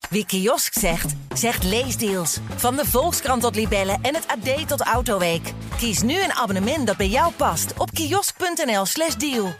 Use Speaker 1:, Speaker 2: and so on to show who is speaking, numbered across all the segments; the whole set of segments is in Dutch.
Speaker 1: Wie kiosk zegt, zegt leesdeals. Van de Volkskrant tot Libellen en het AD tot Autoweek. Kies nu een abonnement dat bij jou past op kiosk.nl/deal.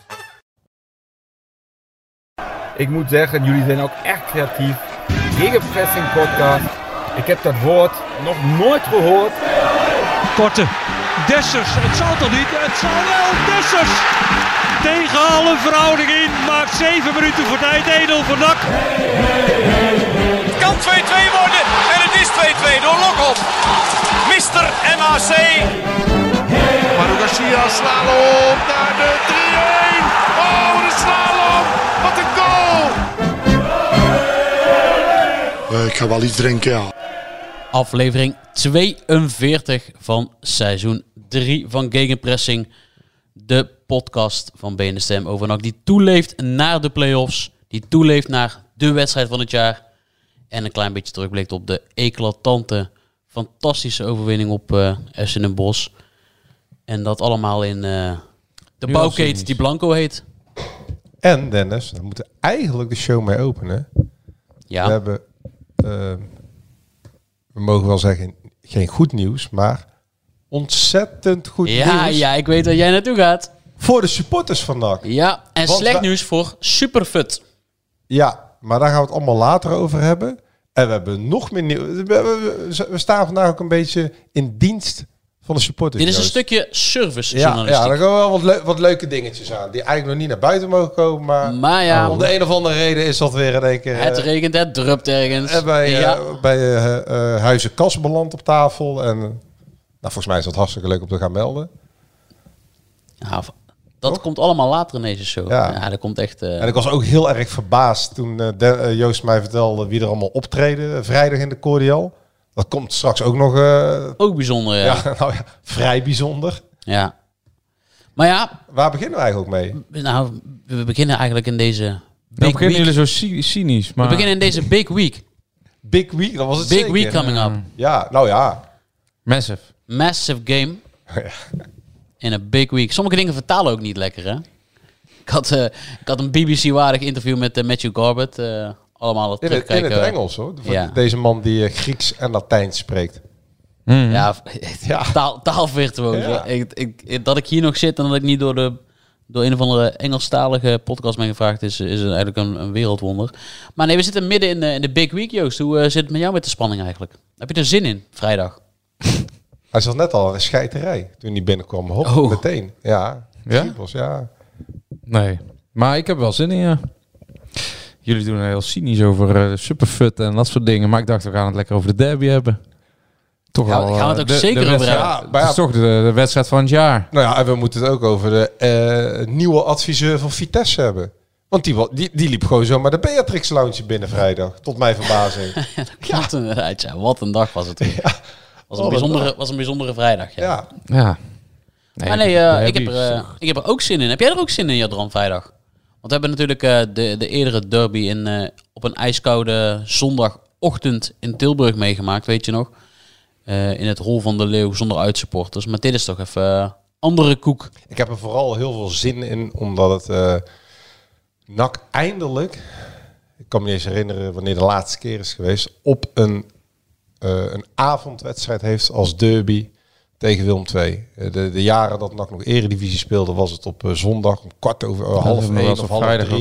Speaker 2: Ik moet zeggen, jullie zijn ook echt creatief. Gegenpressing podcast. Ik heb dat woord nog nooit gehoord.
Speaker 3: Korte. Dessers. Het zal toch niet? Het zal wel. Dessers. Tegen alle verhouding in. Maakt 7 minuten voor tijd. 1-0 voor NAC.
Speaker 4: Het kan 2-2 worden. En het is 2-2 door Lokop. Mr. MAC.
Speaker 5: Manu Garcia, slalom naar de 3-1. Oh, de slalom. Wat een goal.
Speaker 6: Ik ga wel iets drinken, ja.
Speaker 7: Aflevering 42 van seizoen 3 van Gegenpressing. De podcast van BN Stem over NAC die toeleeft naar de play-offs. Die toeleeft naar de wedstrijd van het jaar. En een klein beetje terugblikt op de eclatante, fantastische overwinning op FC Den Bosch. En dat allemaal in de bouwketen die Blanco heet.
Speaker 8: En Dennis, we moeten eigenlijk de show mee openen.
Speaker 7: Ja.
Speaker 8: We hebben, we mogen wel zeggen, geen goed nieuws, maar ontzettend goed nieuws.
Speaker 7: Ja, ik weet waar jij naartoe gaat.
Speaker 8: Voor de supporters van NAC.
Speaker 7: Ja, en slecht nieuws voor Superfut.
Speaker 8: Ja, maar daar gaan we het allemaal later over hebben. En we hebben nog meer nieuws. We staan vandaag ook een beetje in dienst van de supporters.
Speaker 7: Dit is een stukje servicejournalistiek.
Speaker 8: Ja, daar komen wel wat leuke dingetjes aan. Die eigenlijk nog niet naar buiten mogen komen. Maar
Speaker 7: ja,
Speaker 8: om de een of andere reden is dat weer in één keer...
Speaker 7: Het regent, het drupt ergens.
Speaker 8: Bij Huizen Kas beland op tafel. En nou, volgens mij is dat hartstikke leuk om te gaan melden.
Speaker 7: Ja, dat komt allemaal later in deze show. Ja, dat komt echt...
Speaker 8: En ik was ook heel erg verbaasd toen Joost mij vertelde wie er allemaal optreden vrijdag in de Cordial. Dat komt straks ook nog...
Speaker 7: ook bijzonder, ja.
Speaker 8: Nou ja, vrij bijzonder.
Speaker 7: Ja. Maar ja...
Speaker 8: Waar beginnen we eigenlijk ook mee?
Speaker 7: Nou, we beginnen eigenlijk in deze
Speaker 2: big week. Jullie zo cynisch, maar...
Speaker 7: We beginnen in deze big week.
Speaker 8: Big week, dat was het
Speaker 7: big
Speaker 8: zeker.
Speaker 7: Week coming up.
Speaker 8: Ja, nou ja.
Speaker 7: Massive game. In een big week. Sommige dingen vertalen ook niet lekker, hè? Ik had een BBC-waardig interview met Matthew Corbett. Allemaal het terugkijken.
Speaker 8: In het Engels, hoor. Deze man die Grieks en Latijns spreekt.
Speaker 7: Ja, taalvirtuoos. Ja. Dat ik hier nog zit en dat ik niet door een of andere Engelstalige podcast ben gevraagd is eigenlijk een wereldwonder. Maar nee, we zitten midden in de big week, Joost. Hoe zit het met jou met de spanning eigenlijk? Heb je er zin in, vrijdag?
Speaker 8: Hij zat net al een scheiterij toen hij binnenkwam. Meteen. Ja?
Speaker 2: Nee, maar ik heb wel zin in, ja. Jullie doen heel cynisch over Superfut en dat soort dingen. Maar ik dacht, we gaan het lekker over de derby hebben. Toch
Speaker 7: gaan we het ook zeker over hebben.
Speaker 2: Het is toch de wedstrijd van het jaar.
Speaker 8: Nou ja, en we moeten het ook over de nieuwe adviseur van Vitesse hebben. Want die liep gewoon zo maar de Beatrix Lounge binnen vrijdag. Tot mijn verbazing.
Speaker 7: Dat klopt inderdaad, ja. Wat een dag was het weer. Was een bijzondere vrijdag, ja. Nee, maar ik heb er ook zin in. Heb jij er ook zin in, Jadran, vrijdag? Want we hebben natuurlijk de eerdere derby op een ijskoude zondagochtend in Tilburg meegemaakt, weet je nog? In het Hol van de Leeuw zonder uitsupporters. Maar dit is toch even andere koek.
Speaker 8: Ik heb er vooral heel veel zin in, omdat het NAC eindelijk, ik kan me niet eens herinneren wanneer de laatste keer is geweest, op een avondwedstrijd heeft als derby tegen Willem II. De jaren dat NAC nog Eredivisie speelde, was het op zondag om 1:15 of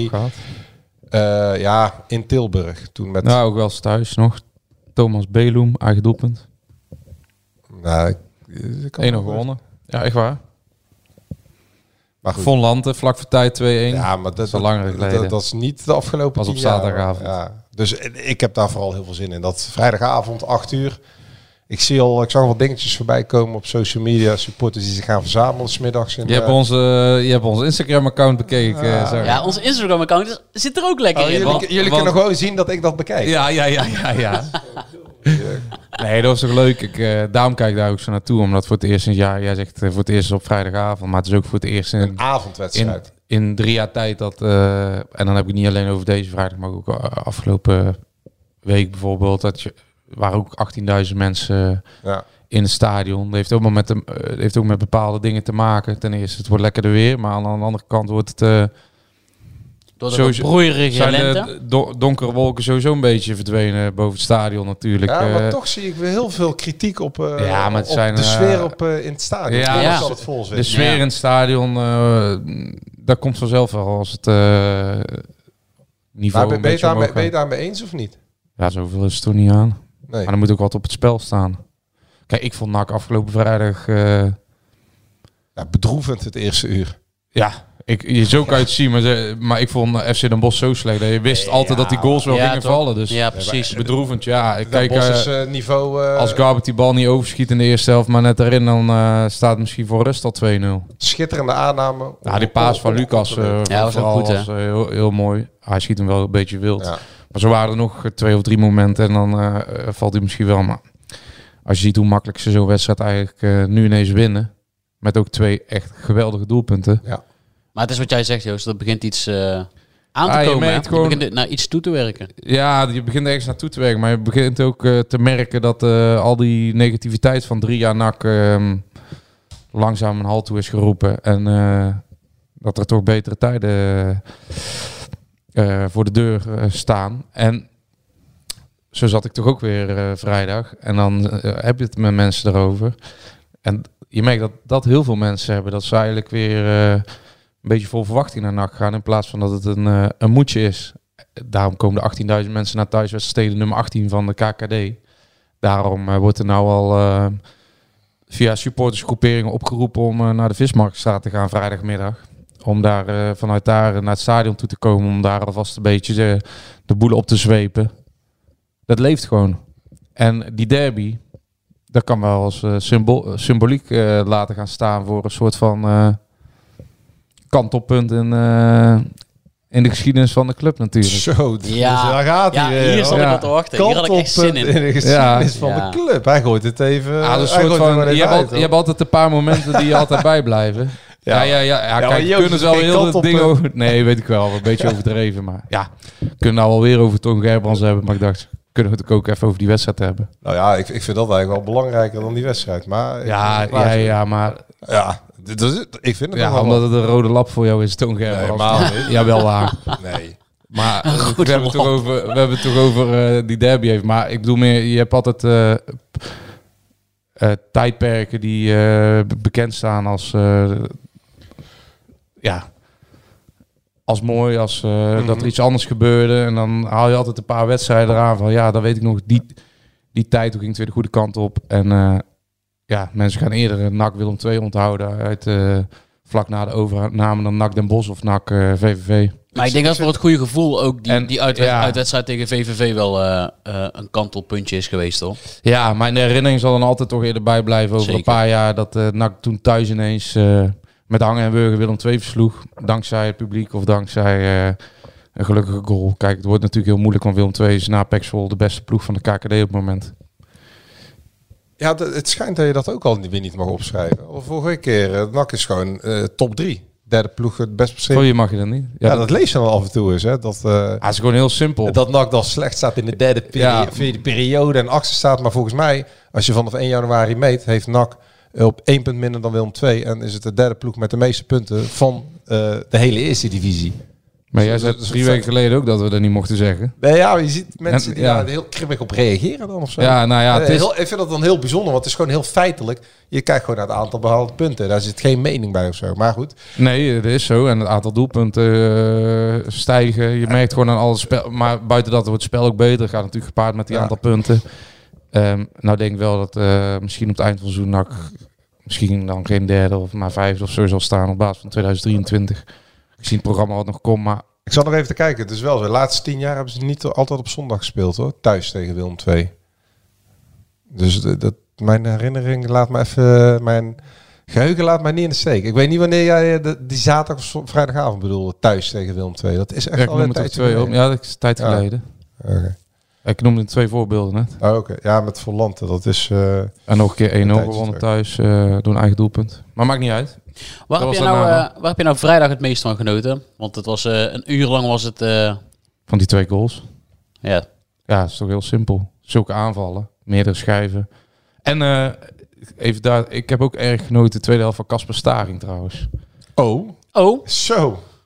Speaker 8: 1:30. Ja, in Tilburg. Toen met...
Speaker 2: Nou, ook wel eens thuis nog. Thomas Beloem, eigen doelpunt.
Speaker 8: Nou,
Speaker 2: 1-0 gewonnen. Ja, echt waar.
Speaker 8: Maar goed.
Speaker 2: Von Lante, vlak voor tijd 2-1.
Speaker 8: Ja, maar dat is al langer geleden. Dat is niet de afgelopen 10 jaar.
Speaker 2: Was op zaterdagavond.
Speaker 8: Ja. Dus ik heb daar vooral heel veel zin in. Dat vrijdagavond 8:00. Ik zag wat dingetjes voorbij komen op social media. Supporters die zich gaan verzamelen 's middags.
Speaker 2: Je hebt ons Instagram-account bekeken.
Speaker 7: Ja, onze Instagram-account zit er ook lekker in.
Speaker 8: Jullie kunnen gewoon zien dat ik dat bekijk.
Speaker 2: Ja. Nee, dat was toch leuk. Daarom kijk ik daar ook zo naartoe. Omdat voor het eerst in het jaar, jij zegt voor het eerst op vrijdagavond. Maar het is ook voor het eerst in
Speaker 8: een avondwedstrijd.
Speaker 2: In 3 jaar tijd dat... en dan heb ik niet alleen over deze vrijdag, maar ook afgelopen week bijvoorbeeld. Waren ook 18.000 mensen in het stadion. Dat heeft ook met bepaalde dingen te maken. Ten eerste, het wordt lekkerder weer. Maar aan de andere kant wordt het
Speaker 7: Door de broeierige lente.
Speaker 2: Zijn de donkere wolken sowieso een beetje verdwenen boven het stadion natuurlijk.
Speaker 8: Ja, maar toch zie ik weer heel veel kritiek op,
Speaker 2: maar het
Speaker 8: op
Speaker 2: zijn,
Speaker 8: de sfeer in het stadion.
Speaker 2: Ja,
Speaker 8: zal het vol zitten.
Speaker 2: De sfeer in het stadion, dat komt vanzelf wel als het niveau een beetje omhoog gaat.
Speaker 8: Ben je daarmee eens of niet?
Speaker 2: Ja, zoveel is het toch niet aan.
Speaker 8: Nee.
Speaker 2: Maar er moet ook wat op het spel staan. Kijk, ik vond NAC afgelopen vrijdag...
Speaker 8: bedroevend het eerste uur.
Speaker 2: Ja, zo kan je het zien. Maar ik vond FC Den Bosch zo slecht. Je wist altijd dat die goals wel gingen vallen. Dus
Speaker 7: ja, precies.
Speaker 2: Bedroevend, ja.
Speaker 8: Kijk, niveau...
Speaker 2: als Garbert die bal niet overschiet in de eerste helft, maar net erin, dan staat het misschien voor rust al 2-0.
Speaker 8: Schitterende aanname.
Speaker 2: Ja, die paas van Lucas
Speaker 7: was ook goed,
Speaker 2: was heel mooi. Hij schiet hem wel een beetje wild.
Speaker 8: Ja.
Speaker 2: Maar zo waren er nog 2 of 3 momenten en dan valt hij misschien wel. Maar als je ziet hoe makkelijk ze zo'n wedstrijd eigenlijk nu ineens winnen, met ook 2 echt geweldige doelpunten.
Speaker 8: Ja.
Speaker 7: Maar het is wat jij zegt, Joost. Er begint iets aan te komen. Je begint naar iets toe te werken.
Speaker 2: Ja, je begint ergens naartoe te werken. Maar je begint ook te merken dat al die negativiteit van 3 jaar NAC langzaam een halt toe is geroepen. En dat er toch betere tijden voor de deur staan. En zo zat ik toch ook weer vrijdag. En dan heb je het met mensen erover. En je merkt dat heel veel mensen hebben. Dat ze eigenlijk weer een beetje vol verwachting naar NAC gaan. In plaats van dat het een moedje is. Daarom komen de 18.000 mensen naar thuiswedstrijden nummer 18 van de KKD. Daarom wordt er nou al via supportersgroeperingen opgeroepen om naar de Vismarktstraat te gaan vrijdagmiddag. Om daar vanuit daar naar het stadion toe te komen. Om daar alvast een beetje de boel op te zwepen. Dat leeft gewoon. En die derby, dat kan wel als symboliek laten gaan staan voor een soort van kantelpunt in de geschiedenis van de club natuurlijk.
Speaker 8: Zo, dus daar gaat hij.
Speaker 7: Hier zat ik al te wachten. Hier had ik echt zin in.
Speaker 8: In de geschiedenis van de club. Hij gooit het even.
Speaker 2: Je hebt altijd een paar momenten die je altijd bijblijven. Kijk, we kunnen wel heel veel dingen over... Nee, weet ik wel. Een beetje overdreven. Maar ja, we kunnen nou alweer over Toon Gerbrands hebben. Maar ik dacht, kunnen we het ook even over die wedstrijd hebben.
Speaker 8: Nou ja, ik vind dat eigenlijk wel belangrijker dan die wedstrijd. Maar
Speaker 2: maar...
Speaker 8: Ja, ik vind het wel.
Speaker 2: Omdat het een rode lap voor jou is, Toon Gerbrands. Nee, ja, wel waar.
Speaker 8: Nee.
Speaker 2: Maar we hebben het toch over die derby even. Maar ik bedoel meer, je hebt altijd tijdperken die bekend staan als... als mooi, als dat er iets anders gebeurde. En dan haal je altijd een paar wedstrijden eraan van... Ja, dan weet ik nog, die tijd toen ging het weer de goede kant op. En mensen gaan eerder NAC Willem II onthouden... uit vlak na de overname dan NAC Den Bosch of NAC VVV.
Speaker 7: Maar ik denk dat voor het goede gevoel ook die uitwedstrijd tegen VVV wel een kantelpuntje is geweest, hoor.
Speaker 2: Ja, maar in de herinnering zal dan altijd toch eerder bijblijven over Zeker. Een paar jaar... dat NAC toen thuis ineens... met hangen en wurgen Willem II versloeg. Dankzij het publiek of dankzij een gelukkige goal. Kijk, het wordt natuurlijk heel moeilijk. Want Willem II is na PEC Zwolle de beste ploeg van de KKD op het moment.
Speaker 8: Ja, het schijnt dat je dat ook al weer niet mag opschrijven. Vorige keer, NAC is gewoon top 3. Derde ploeg het best beschreven.
Speaker 2: Voor je mag je dat niet.
Speaker 8: Ja, dat lees je dan af en toe eens. Hè? Het
Speaker 2: is gewoon heel simpel.
Speaker 8: Dat NAC dan slecht staat in de derde periode en achtste staat. Maar volgens mij, als je vanaf 1 januari meet, heeft NAC... op 1 punt minder dan Willem II. En is het de derde ploeg met de meeste punten van de hele eerste divisie.
Speaker 2: Maar jij zei 3 weken geleden ook dat we dat niet mochten zeggen.
Speaker 8: Nee, ja, je ziet mensen die daar heel kribbig op reageren dan of zo.
Speaker 2: Ja, nou ja,
Speaker 8: ik vind dat dan heel bijzonder, want het is gewoon heel feitelijk. Je kijkt gewoon naar het aantal behaalde punten. Daar zit geen mening bij of zo, maar goed.
Speaker 2: Nee, dat is zo. En het aantal doelpunten stijgen. Je merkt gewoon aan alles spel. Maar buiten dat wordt het spel ook beter. Gaat natuurlijk gepaard met die aantal punten. Nou denk ik wel dat misschien op het eind van het seizoen NAC misschien dan geen derde of maar 5 of zo zal staan op basis van 2023. Ik zie het programma wat nog komt, maar... Ik
Speaker 8: zal nog even te kijken. Het is wel zo. De laatste 10 jaar hebben ze niet altijd op zondag gespeeld, hoor. Thuis tegen Willem II. Dus mijn herinnering laat me even... Mijn geheugen laat mij niet in de steek. Ik weet niet wanneer jij die zaterdag of vrijdagavond bedoelde. Thuis tegen Willem II. Dat is echt al een tijd geleden.
Speaker 2: Ja, dat is een tijd geleden.
Speaker 8: Okay.
Speaker 2: Ik noemde 2 voorbeelden net.
Speaker 8: Oh, oké. Ja, met Volante. Dat is...
Speaker 2: en nog een keer 1-0 gewonnen thuis door een eigen doelpunt. Maar maakt niet uit.
Speaker 7: Waar heb je nou vrijdag het meest van genoten? Want het was een uur lang was het...
Speaker 2: Van die 2 goals?
Speaker 7: Ja.
Speaker 2: Ja, het is toch heel simpel. Zulke aanvallen. Meerdere schijven. En even daar... Ik heb ook erg genoten de tweede helft van Casper Staring trouwens.
Speaker 8: Oh? Zo.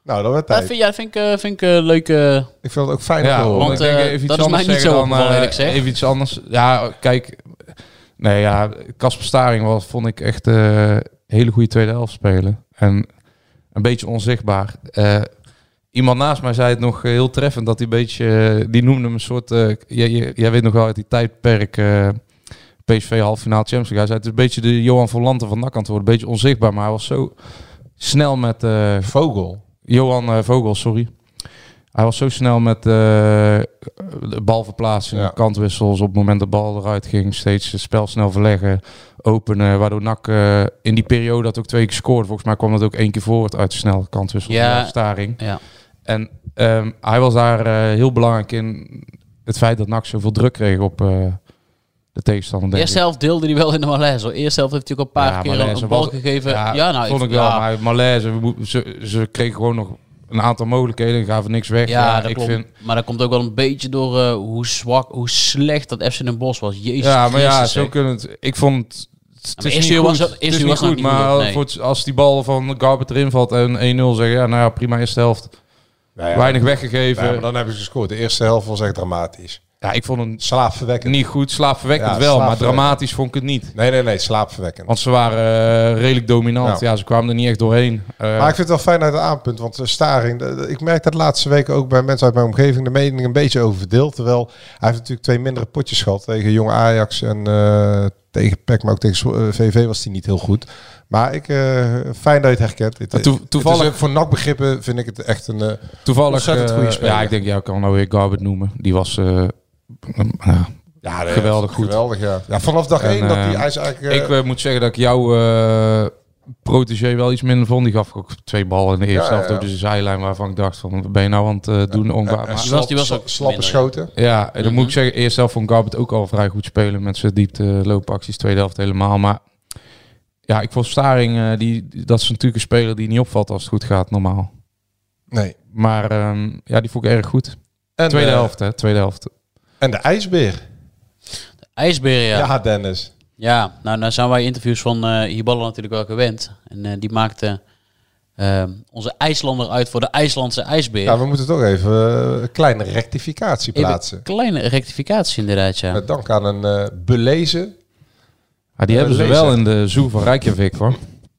Speaker 8: Nou, dat werd tijd.
Speaker 7: Vind ik leuk.
Speaker 8: Ik vind het ook fijn
Speaker 2: Ja,
Speaker 8: te horen.
Speaker 2: want ik denk even
Speaker 7: dat
Speaker 2: iets
Speaker 7: is mij
Speaker 2: anders
Speaker 7: niet
Speaker 2: zeggen
Speaker 7: zo
Speaker 2: dan
Speaker 7: opgevallen, eerlijk gezegd.
Speaker 2: even iets anders. Ja, kijk. Nee, ja, Casper Staring vond ik echt hele goede tweede helft spelen. En een beetje onzichtbaar. Iemand naast mij zei het nog heel treffend dat hij een beetje... die noemde hem een soort... jij weet nog wel uit die tijdperk... PSV halffinale Champions League. Hij zei het is een beetje de Johan van Lanten van NAC aan het worden. Een beetje onzichtbaar, maar hij was zo snel met...
Speaker 8: Vogel.
Speaker 2: Johan Vogel, sorry. Hij was zo snel met de balverplaatsing, kantwissels. Op het moment dat de bal eruit ging, steeds het spel snel verleggen, openen. Waardoor NAC in die periode had ook 2 keer scoorde. Volgens mij kwam dat ook 1 keer voort uit de snelle kantwissel.
Speaker 7: Ja.
Speaker 2: Staring.
Speaker 7: Ja.
Speaker 2: En hij was daar heel belangrijk in het feit dat NAC zoveel druk kreeg op de tegenstander.
Speaker 7: Eerst zelf deelde hij wel in de malaise. Hoor. Eerst zelf heeft hij ook een paar keer een bal gegeven.
Speaker 2: Ja, vond ik wel. Maar malaise, ze kregen gewoon nog een aantal mogelijkheden, gaven niks weg.
Speaker 7: Ja, dat klopt. Maar dat komt ook wel een beetje door hoe slecht dat FC Den Bosch was. Jezus
Speaker 2: ja, maar
Speaker 7: Christus,
Speaker 2: ja, zo kunnen het... Ik vond het is niet goed. Het is niet goed, maar als die bal van Garbert erin valt en 1-0 zeggen, ja, nou ja, prima eerste helft. Weinig weggegeven.
Speaker 8: Ja, maar dan hebben ze gescoord. De eerste helft was echt dramatisch.
Speaker 2: Ja, ik vond het
Speaker 8: slaapverwekkend.
Speaker 2: Niet goed, slaapverwekkend wel, maar dramatisch vond ik het niet.
Speaker 8: Nee, slaapverwekkend.
Speaker 2: Want ze waren redelijk dominant. Ja, ze kwamen er niet echt doorheen.
Speaker 8: Maar ik vind het wel fijn uit het aanpunt, want Staring, ik merk dat de laatste weken ook bij mensen uit mijn omgeving de mening een beetje over verdeeld. Terwijl hij heeft natuurlijk 2 mindere potjes gehad tegen Jong Ajax en tegen PEC, maar ook tegen VV was hij niet heel goed. Maar fijn dat je het herkent. Toevallig het is, voor NAC-begrippen vind ik het echt een ontzettend goede speler.
Speaker 2: Ja, ik denk, ik kan nou weer Garbert noemen. Die was geweldig goed.
Speaker 8: Geweldig, ja. Vanaf dag 1 dat hij eigenlijk...
Speaker 2: Ik moet zeggen dat ik jouw protégé wel iets minder vond. Die gaf ook 2 ballen in de eerste helft op de zijlijn waarvan ik dacht van, wat ben je nou aan het doen?
Speaker 7: Die was ook
Speaker 8: slappe schoten.
Speaker 2: Ja, en dan moet ik zeggen, eerst zelf vond Garbert ook al vrij goed spelen met zijn diepte loopacties, tweede helft helemaal. Maar ja, ik vond Staring, dat is natuurlijk een speler die niet opvalt als het goed gaat, normaal.
Speaker 8: Nee.
Speaker 2: Maar die vond ik erg goed. En tweede helft.
Speaker 8: En de ijsbeer.
Speaker 7: De ijsbeer, ja.
Speaker 8: Ja, Dennis.
Speaker 7: Ja, nou zijn wij interviews van Hiballa natuurlijk wel gewend. En die maakte onze IJslander uit voor de IJslandse ijsbeer.
Speaker 8: Ja, we moeten toch even een kleine rectificatie plaatsen.
Speaker 7: Een kleine rectificatie inderdaad, ja.
Speaker 8: Met dank aan een belezen...
Speaker 2: Ja, die hebben ze wel in de Zoo van Reykjavik, hoor.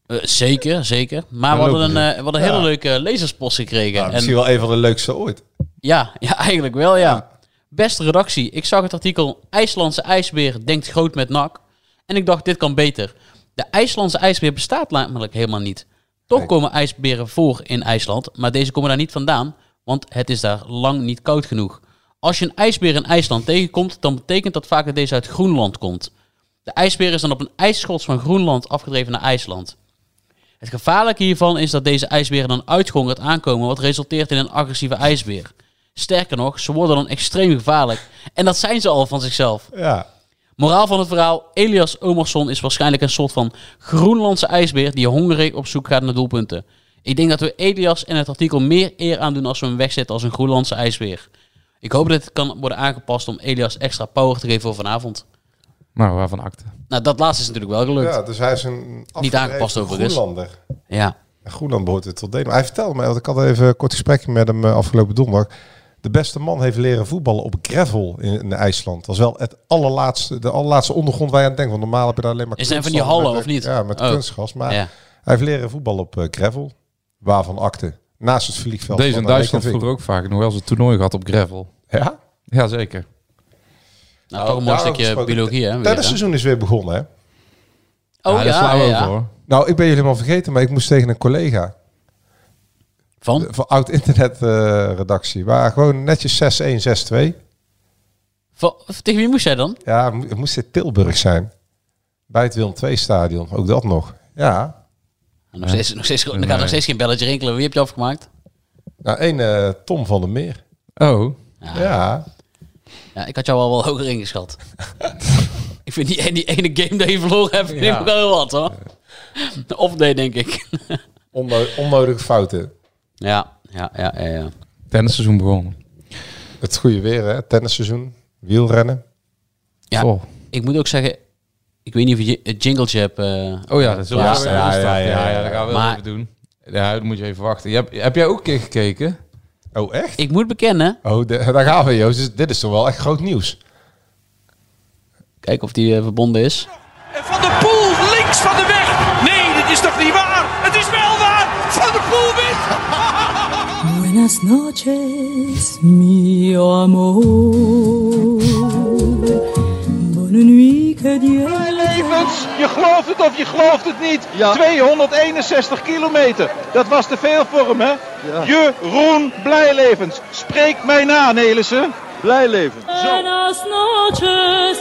Speaker 7: Zeker. Maar we hadden een hele leuke lezerspost gekregen.
Speaker 8: Nou, misschien wel een van de leukste ooit.
Speaker 7: Ja, eigenlijk wel, ja. Beste redactie, ik zag het artikel IJslandse ijsbeer denkt groot met NAC. En ik dacht, dit kan beter. De IJslandse ijsbeer bestaat namelijk helemaal niet. Toch komen ijsberen voor in IJsland, maar deze komen daar niet vandaan, want het is daar lang niet koud genoeg. Als je een ijsbeer in IJsland tegenkomt, dan betekent dat vaak dat deze uit Groenland komt. De ijsbeer is dan op een ijsschots van Groenland afgedreven naar IJsland. Het gevaarlijke hiervan is dat deze ijsberen dan uitgehongerd aankomen, wat resulteert in een agressieve ijsbeer. Sterker nog, ze worden dan extreem gevaarlijk. En dat zijn ze al van zichzelf.
Speaker 8: Ja.
Speaker 7: Moraal van het verhaal, Elias Omarsson is waarschijnlijk een soort van Groenlandse ijsbeer die hongerig op zoek gaat naar doelpunten. Ik denk dat we Elias in het artikel meer eer aandoen als we hem wegzetten als een Groenlandse ijsbeer. Ik hoop dat het kan worden aangepast om Elias extra power te geven voor vanavond.
Speaker 2: Nou, waarvan akte.
Speaker 7: Nou, dat laatste is natuurlijk wel gelukt.
Speaker 8: Ja, dus hij is een
Speaker 7: niet aangepast overigens.
Speaker 8: Groenlander.
Speaker 7: Ja.
Speaker 8: En Groenland behoort het tot Denemarken. Hij vertelde mij, want ik had even een kort gesprek met hem afgelopen donderdag. De beste man heeft leren voetballen op gravel in IJsland. Dat is wel de allerlaatste ondergrond waar je aan denkt. Want normaal heb je daar alleen maar...
Speaker 7: Is het van die hallen of niet?
Speaker 8: Ja, met kunstgras. Maar hij heeft leren voetballen op gravel. Waarvan akte. Naast het vliegveld.
Speaker 2: Deze in Duitsland vroeger ook vaak. Nog wel eens een toernooi gehad op gravel.
Speaker 8: Ja?
Speaker 2: Ja, zeker.
Speaker 7: Nou, toch een mooi stukje biologie, hè?
Speaker 8: Het seizooen is weer begonnen, hè?
Speaker 7: Oh
Speaker 2: ja, over, hoor.
Speaker 8: Nou, ik ben jullie helemaal vergeten, maar ik moest tegen een collega...
Speaker 7: Van
Speaker 8: oud-internetredactie. Waar gewoon netjes 6-1, 6-2.
Speaker 7: Tegen wie moest jij dan?
Speaker 8: Ja, het moest in Tilburg zijn. Bij het Willem II-stadion. Ook dat nog. Ja.
Speaker 7: Nog steeds, er gaat nog steeds geen belletje rinkelen. Wie heb je afgemaakt?
Speaker 8: Nou, Tom van der Meer.
Speaker 2: Oh.
Speaker 8: Ja.
Speaker 7: Ja, ik had jou al wel hoger ingeschat. Ik vind die ene game dat je verloren hebt, vind ik ook wel heel wat, hoor. Of nee, denk ik.
Speaker 8: Onnodige fouten.
Speaker 7: Ja.
Speaker 2: Tennisseizoen begonnen.
Speaker 8: Het goede weer, hè? Tennisseizoen, wielrennen.
Speaker 7: Ja, ik moet ook zeggen, ik weet niet of je het jingletje hebt.
Speaker 2: Oh ja, dat is
Speaker 8: ja,
Speaker 2: dat gaan we wel even doen. Ja, dan moet je even wachten. Heb jij ook een keer gekeken?
Speaker 8: Oh, echt?
Speaker 7: Ik moet bekennen.
Speaker 8: Oh, daar gaan we, Joost. Dus dit is toch wel echt groot nieuws.
Speaker 7: Kijken of die verbonden is.
Speaker 4: En Van der Poel links van de weg. Nee, dit is toch niet waar? Het is wel waar. Van der Poel wint.
Speaker 9: Buenas noches, mi amor. Bonne nuit, que Dieu.
Speaker 10: Blijlevens, je gelooft het of je gelooft het niet. Ja. 261 kilometer. Dat was te veel voor hem, hè? Ja. Jeroen Blijlevens. Spreek mij na, Nelissen. Blijlevens.
Speaker 9: Buenas noches,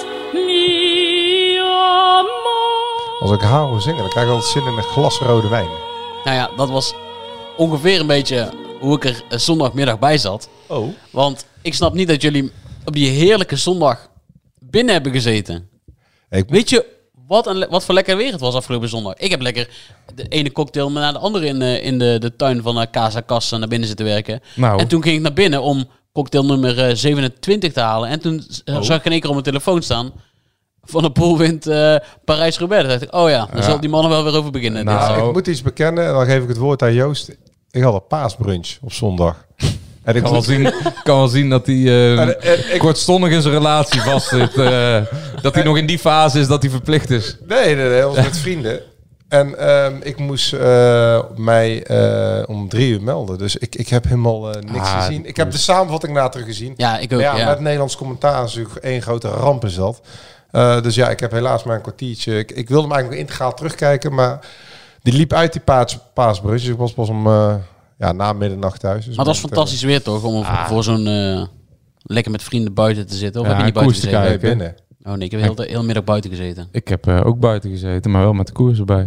Speaker 9: mi amor.
Speaker 8: Als ik haar hoor zingen, dan krijg ik altijd zin in een glas rode wijn.
Speaker 7: Nou ja, dat was ongeveer een beetje hoe ik er zondagmiddag bij zat.
Speaker 8: Oh.
Speaker 7: Want ik snap niet dat jullie op die heerlijke zondag binnen hebben gezeten. Weet je wat voor lekker weer het was afgelopen zondag? Ik heb lekker de ene cocktail na de andere in de tuin van Casa Casa naar binnen zitten werken.
Speaker 2: Nou.
Speaker 7: En toen ging ik naar binnen om cocktail nummer 27 te halen. En toen zag ik in één keer op mijn telefoon staan: Van der Poel wint Parijs-Roubaix. Toen dacht ik, oh ja, daar zal die mannen wel weer over beginnen.
Speaker 8: Nou, ik moet iets bekennen en dan geef ik het woord aan Joost. Ik had een paasbrunch op zondag. En ik
Speaker 2: kan wel zien dat hij kortstondig in zijn relatie vast zit. Dat hij nog in die fase is dat hij verplicht is.
Speaker 8: Nee, dat was met vrienden. En ik moest mij om 3 uur melden. Dus ik heb helemaal niks gezien. Ik heb de samenvatting later gezien.
Speaker 7: Ja, ik ook.
Speaker 8: Ja. Met Nederlands commentaar is natuurlijk één grote ramp is dat. Dus ja, ik heb helaas maar een kwartiertje. Ik wilde hem eigenlijk integraal terugkijken, maar die liep uit die paasbrunch. Dus ik was pas om na middernacht thuis. Dus
Speaker 7: maar dat was fantastisch weer toch? Om voor zo'n lekker met vrienden buiten te zitten. Of heb je niet buiten gezeten?
Speaker 8: Nee, binnen.
Speaker 7: Oh nee, ik heb heel middag buiten gezeten.
Speaker 2: Ik heb ook buiten gezeten, maar wel met de koers erbij.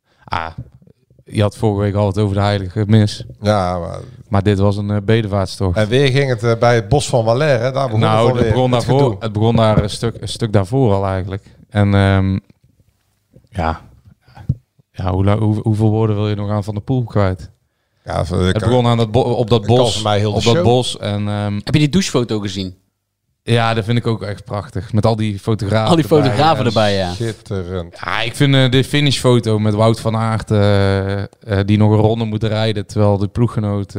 Speaker 2: Je had vorige week al het over de heilige mis.
Speaker 8: Ja,
Speaker 2: maar dit was een bedevaartstocht.
Speaker 8: En weer ging het bij het bos van Valère. Daar begon
Speaker 2: het begon daar een stuk daarvoor al eigenlijk. En hoeveel woorden wil je nog aan Van der Poel kwijt?
Speaker 8: Ja,
Speaker 2: het begon aan op dat bos. En,
Speaker 7: heb je die douchefoto gezien?
Speaker 2: Ja, dat vind ik ook echt prachtig. Met al die fotografen.
Speaker 7: Al die fotografen erbij, ja.
Speaker 8: Schitterend.
Speaker 2: Ja, ik vind de finishfoto met Wout van Aert die nog een ronde moet rijden, terwijl de ploeggenoot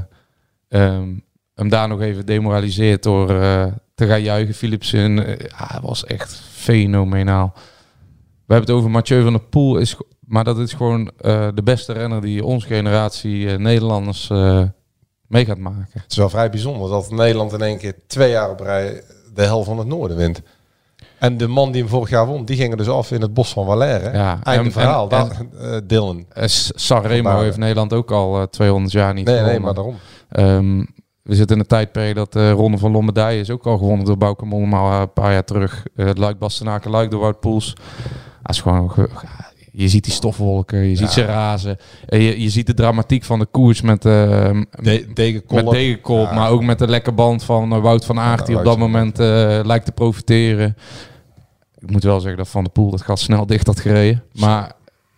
Speaker 2: hem daar nog even demoraliseert door te gaan juichen. Philipsen, was echt fenomenaal. We hebben het over Mathieu van der Poel, maar dat is gewoon de beste renner die onze generatie Nederlanders mee gaat maken.
Speaker 8: Het is wel vrij bijzonder dat Nederland in één keer 2 jaar op rij de helft van het noorden wint. En de man die hem vorig jaar won, die ging er dus af in het bos van Valère.
Speaker 2: Ja,
Speaker 8: einde verhaal. Dylan.
Speaker 2: Sanremo heeft Nederland ook al 200 jaar niet gewonnen.
Speaker 8: Nee, maar daarom.
Speaker 2: We zitten in een tijdperiode dat de Ronde van Lombardije is ook al gewonnen door Bauke Mollema een paar jaar terug. Luik Bastenaken, Luik door Wout Poels. Dat is gewoon... Je ziet die stofwolken, je ziet ze razen. Je ziet de dramatiek van de koers met Degenkolb, maar ook met de lekke band van Wout van Aert, die op dat moment lijkt te profiteren. Ik moet wel zeggen dat Van der Poel dat gat snel dicht had gereden. Maar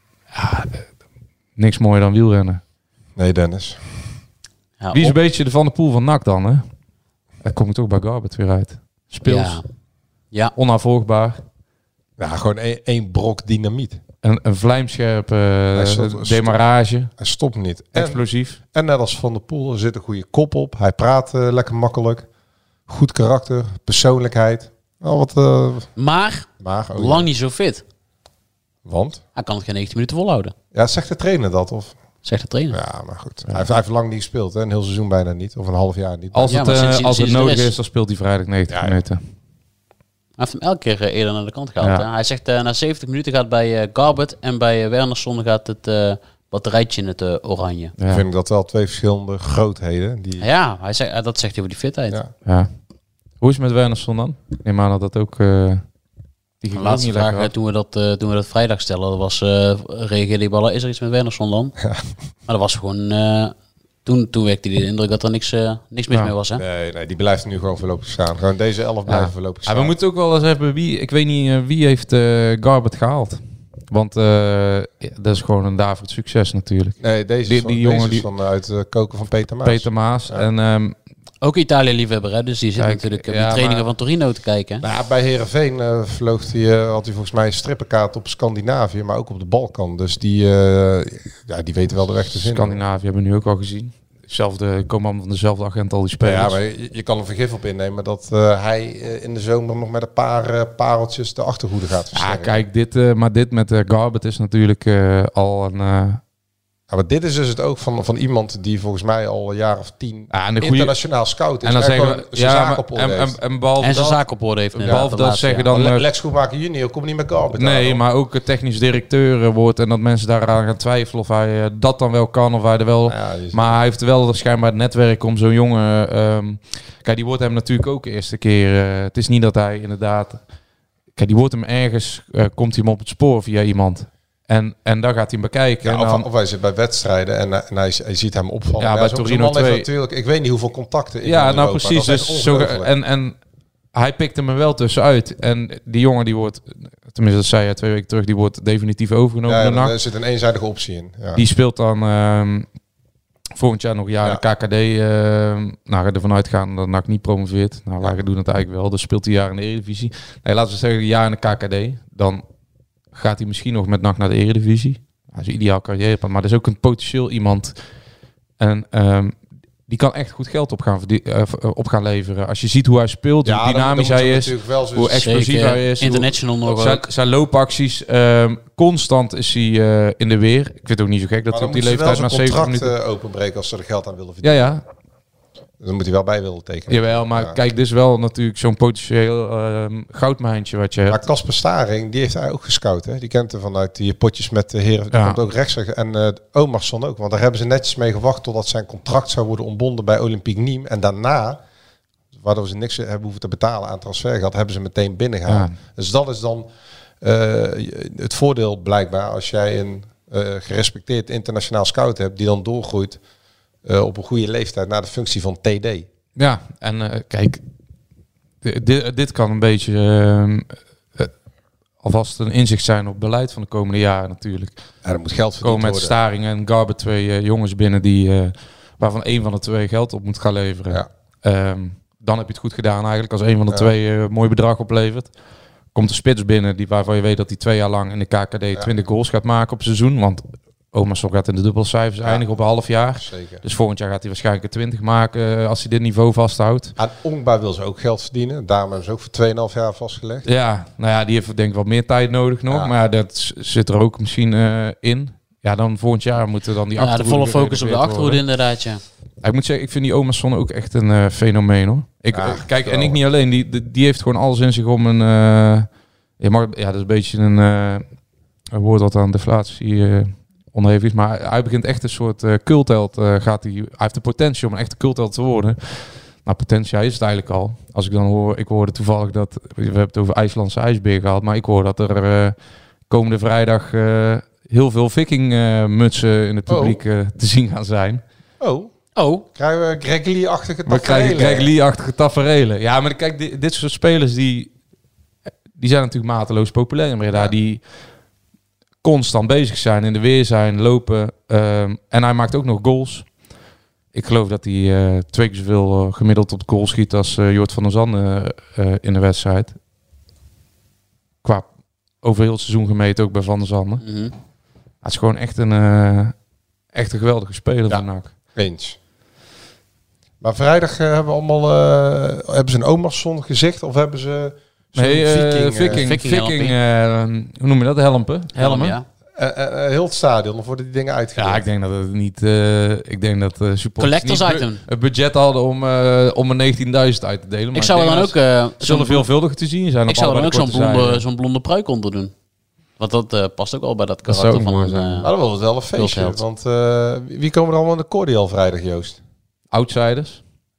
Speaker 2: niks mooier dan wielrennen.
Speaker 8: Nee, Dennis.
Speaker 2: Ja, wie is een beetje de Van der Poel van NAC dan, hè? Daar kom ik toch bij Garbert weer uit. Speels.
Speaker 7: Ja.
Speaker 2: Onafvolgbaar.
Speaker 8: Ja, gewoon één brok dynamiet.
Speaker 2: Een vlijmscherpe demarrage.
Speaker 8: Hij stopt niet.
Speaker 2: Explosief.
Speaker 8: En net als Van der Poel, er zit een goede kop op. Hij praat lekker makkelijk. Goed karakter, persoonlijkheid.
Speaker 7: Maar lang niet zo fit.
Speaker 8: Want?
Speaker 7: Hij kan het geen 19 minuten volhouden.
Speaker 8: Ja, zegt de trainer dat? Of?
Speaker 7: Zegt de trainer.
Speaker 8: Ja, maar goed. Hij heeft lang niet gespeeld. Hè? Een heel seizoen bijna niet. Of een half jaar niet.
Speaker 2: Als het nodig is, dan speelt hij vrijdag 90 minuten.
Speaker 7: Hij heeft hem elke keer eerder naar de kant gehaald. Ja. Hij zegt na 70 minuten gaat bij Garbert en bij Wernersson gaat het batterijtje in het oranje.
Speaker 8: Ja. Vind ik dat wel 2 verschillende grootheden. Die...
Speaker 7: Ja, dat zegt hij over die fitheid.
Speaker 2: Ja. Hoe is het met Wernersson dan? Ik neem aan dat ook...
Speaker 7: de laatste vraag toen we dat vrijdag stellen, dat was reageerde die ballen, is er iets met Wernersson dan? Ja. Maar dat was gewoon... Toen wekte hij de indruk dat er niks mis mee was. Hè?
Speaker 8: Nee, die blijft nu gewoon voorlopig staan. Gewoon deze 11 blijven voorlopig staan.
Speaker 2: We moeten ook wel eens hebben ik weet niet wie heeft Garbert gehaald. Want dat is gewoon een David succes natuurlijk.
Speaker 8: Nee, deze is vanuit Koken van Peter Maas.
Speaker 2: Peter Maas.
Speaker 8: Ja.
Speaker 2: En
Speaker 7: Ook Italië-liefhebber, hè? Dus die zit
Speaker 2: Kijk,
Speaker 7: natuurlijk op
Speaker 2: ja,
Speaker 7: de trainingen
Speaker 2: maar-
Speaker 7: van Torino te kijken.
Speaker 8: Nou ja, bij Heerenveen had hij volgens mij een strippenkaart op Scandinavië, maar ook op de Balkan. Dus die weten wel de weg te vinden.
Speaker 2: Scandinavië hebben we nu ook al gezien. Komen allemaal van dezelfde agent al die spelers.
Speaker 8: Ja, maar je kan er vergif op innemen dat hij in de zomer nog met een paar pareltjes de achterhoede gaat versterken.
Speaker 2: Ja, kijk, dit met Garbett is natuurlijk al een...
Speaker 8: Ja, maar dit is dus het ook van iemand die volgens mij al een jaar of 10
Speaker 2: en de
Speaker 8: internationaal scout is.
Speaker 2: En dan zeggen we,
Speaker 8: zijn zaak op orde heeft.
Speaker 2: en behalve
Speaker 7: En zijn
Speaker 2: dat-
Speaker 7: zaak op orde heeft.
Speaker 2: behalve dat zeggen dan...
Speaker 8: Lex Schoenmaker junior komt niet met Garbett.
Speaker 2: Nee, maar ook technisch directeur wordt en dat mensen daaraan gaan twijfelen of hij dat dan wel kan of hij er wel...
Speaker 8: Ja,
Speaker 2: maar hij heeft wel schijnbaar het netwerk om zo'n jongen... kijk, die wordt hem natuurlijk ook de eerste keer... het is niet dat hij inderdaad... Kijk, die wordt hem ergens... komt hij hem op het spoor via iemand... En daar gaat hij hem bekijken.
Speaker 8: Ja,
Speaker 2: en dan,
Speaker 8: of hij zit bij wedstrijden en hij ziet hem opvallen.
Speaker 2: Ja, bij Torino 2.
Speaker 8: Natuurlijk, ik weet niet hoeveel contacten in
Speaker 2: ja, nou
Speaker 8: Europa.
Speaker 2: precies.
Speaker 8: Dat is
Speaker 2: Dus zo, en hij pikt hem er wel tussenuit. En die jongen die wordt, tenminste dat zei hij 2 weken terug, die wordt definitief overgenomen door NAC.
Speaker 8: Er zit een eenzijdige optie in. Ja.
Speaker 2: Die speelt dan volgend jaar nog een jaar de KKD. Nou, ga ervan uitgaan dat NAC niet promoveert. Nou, wij doen het eigenlijk wel. Dus speelt hij een jaar in de Eredivisie. Nee, laten we zeggen een jaar in de KKD. Dan gaat hij misschien nog met NAC naar de Eredivisie. Hij is een ideaal carrièrepad, maar dat is ook een potentieel iemand. En die kan echt goed geld op gaan leveren. Als je ziet hoe hij speelt, hoe dynamisch hij is, hoe explosief hij is.
Speaker 7: International nog ook.
Speaker 2: Zijn loopacties, constant is hij in de weer. Ik vind het ook niet zo gek dat hij op die leeftijd na 70 minuten...
Speaker 8: contract openbreken als ze er geld aan willen verdienen.
Speaker 2: Ja.
Speaker 8: Dan moet hij wel bij willen tekenen.
Speaker 2: Jawel, maar kijk, dit is wel natuurlijk zo'n potentieel goudmijntje wat je hebt.
Speaker 8: Maar Casper Staring, die heeft hij ook gescout. Hè? Die kent hem vanuit die potjes met de heren. Die komt ook rechts. En Omarsson ook. Want daar hebben ze netjes mee gewacht totdat zijn contract zou worden ontbonden bij Olympique Nîmes. En daarna, waardoor ze niks hebben hoeven te betalen aan transfergeld, hebben ze meteen binnengehaald. Ja. Dus dat is dan het voordeel blijkbaar als jij een gerespecteerd internationaal scout hebt die dan doorgroeit op een goede leeftijd naar de functie van TD.
Speaker 2: Ja, en kijk, dit kan een beetje alvast een inzicht zijn op beleid van de komende jaren natuurlijk.
Speaker 8: Ja, er moet geld verdiend
Speaker 2: komen met Staring en Garbett 2 jongens binnen die waarvan één van de 2 geld op moet gaan leveren.
Speaker 8: Ja.
Speaker 2: Dan heb je het goed gedaan eigenlijk als één van de 2 mooi bedrag oplevert. Komt de spits binnen waarvan je weet dat hij 2 jaar lang in de KKD 20 goals gaat maken op seizoen, want Omarsson gaat in de dubbelcijfers eindigen op een half jaar.
Speaker 8: Zeker.
Speaker 2: Dus volgend jaar gaat hij waarschijnlijk 20 maken als hij dit niveau vasthoudt.
Speaker 8: Aan Ongba wil ze ook geld verdienen. Daarom hebben ze ook voor 2,5 jaar vastgelegd.
Speaker 2: Ja, nou ja, die heeft denk ik wat meer tijd nodig nog. Ja. Maar dat zit er ook misschien in. Ja, dan volgend jaar moeten dan die achterhoede...
Speaker 7: Ja, de volle focus op de achterhoede inderdaad, ja.
Speaker 2: Ik moet zeggen, ik vind die Omarsson ook echt een fenomeen hoor. Kijk, en ik niet alleen. Die heeft gewoon alles in zich om een... dat is een beetje een woord wat aan deflatie... onderhevig is, maar hij begint echt een soort cultheld. Hij heeft de potentie om een echte cultheld te worden. Nou, potentie, hij is het eigenlijk al. Als ik dan hoor, ik hoorde toevallig dat, we hebben het over IJslandse ijsbeer gehad, maar ik hoor dat er komende vrijdag heel veel vikingmutsen in het publiek te zien gaan zijn.
Speaker 8: Oh. Krijgen we Greg Lee-achtige taferelen?
Speaker 2: We krijgen Greg Lee-achtige taferelen. Ja, maar kijk, dit soort spelers die zijn natuurlijk mateloos populair in Breda. Die constant bezig zijn, in de weer zijn, lopen. En hij maakt ook nog goals. Ik geloof dat hij 2 keer zoveel gemiddeld op goal schiet als Jort van der Zanden in de wedstrijd. Qua over heel het seizoen gemeten ook bij Van der Zanden.
Speaker 7: Mm-hmm.
Speaker 2: Het is gewoon echt een geweldige speler van NAC.
Speaker 8: Eens. Maar vrijdag hebben we allemaal hebben ze een Omarsson gezicht of hebben ze
Speaker 2: Viking hoe noem je dat? Helmen.
Speaker 7: Ja.
Speaker 8: Heel het stadion, of worden die dingen uitgedeeld?
Speaker 2: Ja, ik denk dat het niet... ik denk dat supporters
Speaker 7: Collectors
Speaker 2: niet
Speaker 7: item.
Speaker 2: Het budget hadden om een 19.000 uit te delen. Maar
Speaker 7: ik zou er dan ook...
Speaker 2: zullen veelvuldig te zien zijn.
Speaker 7: Ik zou er dan ook zo'n blonde pruik onder doen. Want dat past ook al bij dat karakter van een...
Speaker 8: Maar dan wordt het wel een feestje. Want wie komen er allemaal in de cordial vrijdag, Joost?
Speaker 2: Outsiders.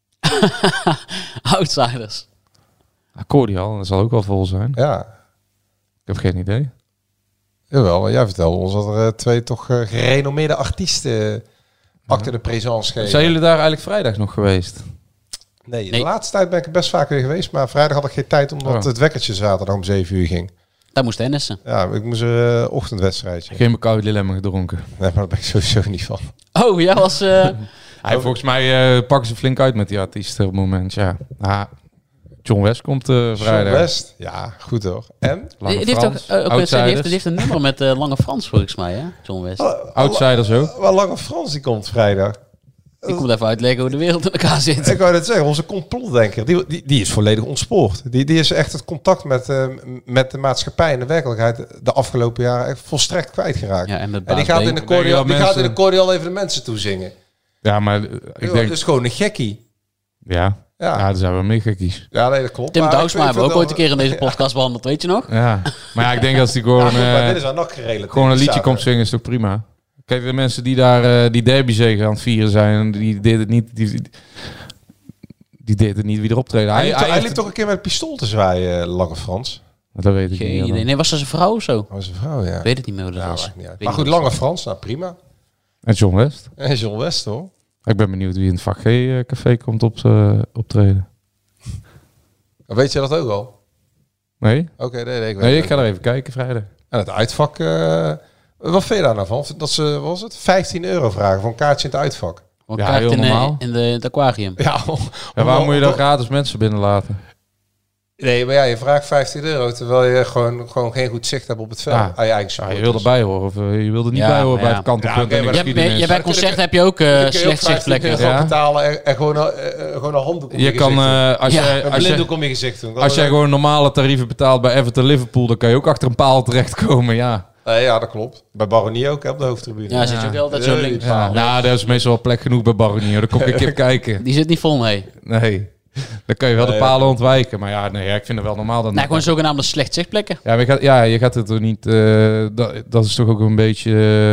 Speaker 7: Outsiders.
Speaker 2: Cordial, dat zal ook wel vol zijn.
Speaker 8: Ja.
Speaker 2: Ik heb geen idee.
Speaker 8: Jawel, maar jij vertelde ons dat er 2 toch gerenommeerde artiesten acte de présence geven.
Speaker 2: Zijn jullie daar eigenlijk vrijdag nog geweest?
Speaker 8: Nee, de laatste tijd ben ik er best vaak weer geweest. Maar vrijdag had ik geen tijd omdat het wekkertje zaterdag om 7 uur ging.
Speaker 7: Daar moest Hennissen.
Speaker 8: Ja, ik moest ochtendwedstrijdje.
Speaker 2: Geen Macau Dilemma gedronken.
Speaker 8: Nee, maar daar ben ik sowieso niet van.
Speaker 7: Oh, jij was...
Speaker 2: Volgens mij pakken ze flink uit met die artiesten op het moment. Ja. John West komt vrijdag.
Speaker 8: John West, ja, goed hoor. En?
Speaker 7: Die heeft een nummer met Lange Frans volgens mij, hè? John West.
Speaker 2: Outsiders ook.
Speaker 8: Wel Lange Frans, die komt vrijdag.
Speaker 7: Ik moet even uitleggen hoe de wereld in elkaar zit.
Speaker 8: Ik wou net zeggen, onze complotdenker, die is volledig ontspoord. Die is echt het contact met de maatschappij en de werkelijkheid de afgelopen jaren echt volstrekt kwijtgeraakt.
Speaker 7: Ja, en
Speaker 8: die gaat in de cordial even de mensen toezingen.
Speaker 2: Ja, maar ik denk...
Speaker 8: Het is gewoon een gekkie.
Speaker 2: Ja, daar zijn we mee gekkies.
Speaker 8: Ja, nee, dat klopt.
Speaker 7: Tim Douwsma hebben we ook ooit een keer in deze podcast behandeld, weet je nog?
Speaker 2: Ja, maar ik denk als die gewoon...
Speaker 8: maar dit is aan nog gerelateerd.
Speaker 2: Gewoon een liedje komt zingen, is toch prima? Kijk, de mensen die daar die derbyzege aan het vieren zijn, die deden het niet... Die deed het niet wie erop treden.
Speaker 8: Hij liep toch een keer met een pistool te zwaaien, Lange Frans?
Speaker 2: Dat weet ik niet.
Speaker 7: Nee, was dat zijn vrouw of zo?
Speaker 8: Was zijn vrouw, ja.
Speaker 7: Ik weet het niet meer hoe dat was.
Speaker 8: Maar goed, Lange Frans, nou prima.
Speaker 2: En John West.
Speaker 8: En John West, hoor.
Speaker 2: Ik ben benieuwd wie in het vak G-café komt optreden.
Speaker 8: Weet je dat ook al?
Speaker 2: Nee?
Speaker 8: Oké, nee,
Speaker 2: ik ga er even kijken vrijdag.
Speaker 8: En het uitvak... wat vind je daar nou van? Dat ze, wat was het? €15 vragen voor een kaartje in het uitvak.
Speaker 7: Ja, heel normaal. In het aquarium.
Speaker 8: Ja,
Speaker 2: waarom moet je dan gratis mensen binnenlaten?
Speaker 8: Nee, maar ja, je vraagt €15 terwijl je gewoon geen goed zicht hebt op het veld.
Speaker 2: Je wil erbij horen of je wilde niet bij horen bij het kantelpunt.
Speaker 7: Ja, bij concert heb je ook slecht zichtplekken.
Speaker 8: Je betalen en gewoon een handdoek om je gezicht doen. Een blinddoek om je gezicht doen.
Speaker 2: Als jij gewoon normale tarieven betaalt bij Everton Liverpool, dan kan je ook achter een paal terechtkomen, ja.
Speaker 8: Ja, dat klopt. Bij Baronie ook, op de hoofdtribune.
Speaker 7: Ja, zit je ook altijd zo links.
Speaker 2: Nou, daar is meestal wel plek genoeg bij Baronie. Dan kom ik een keer kijken.
Speaker 7: Die zit niet vol, nee.
Speaker 2: Nee. Dan kan je wel de palen ontwijken. Maar ja, nee, ik vind het wel normaal.
Speaker 7: Gewoon zogenaamde slecht zichtplekken.
Speaker 2: Ja, je gaat het er niet... dat is toch ook een beetje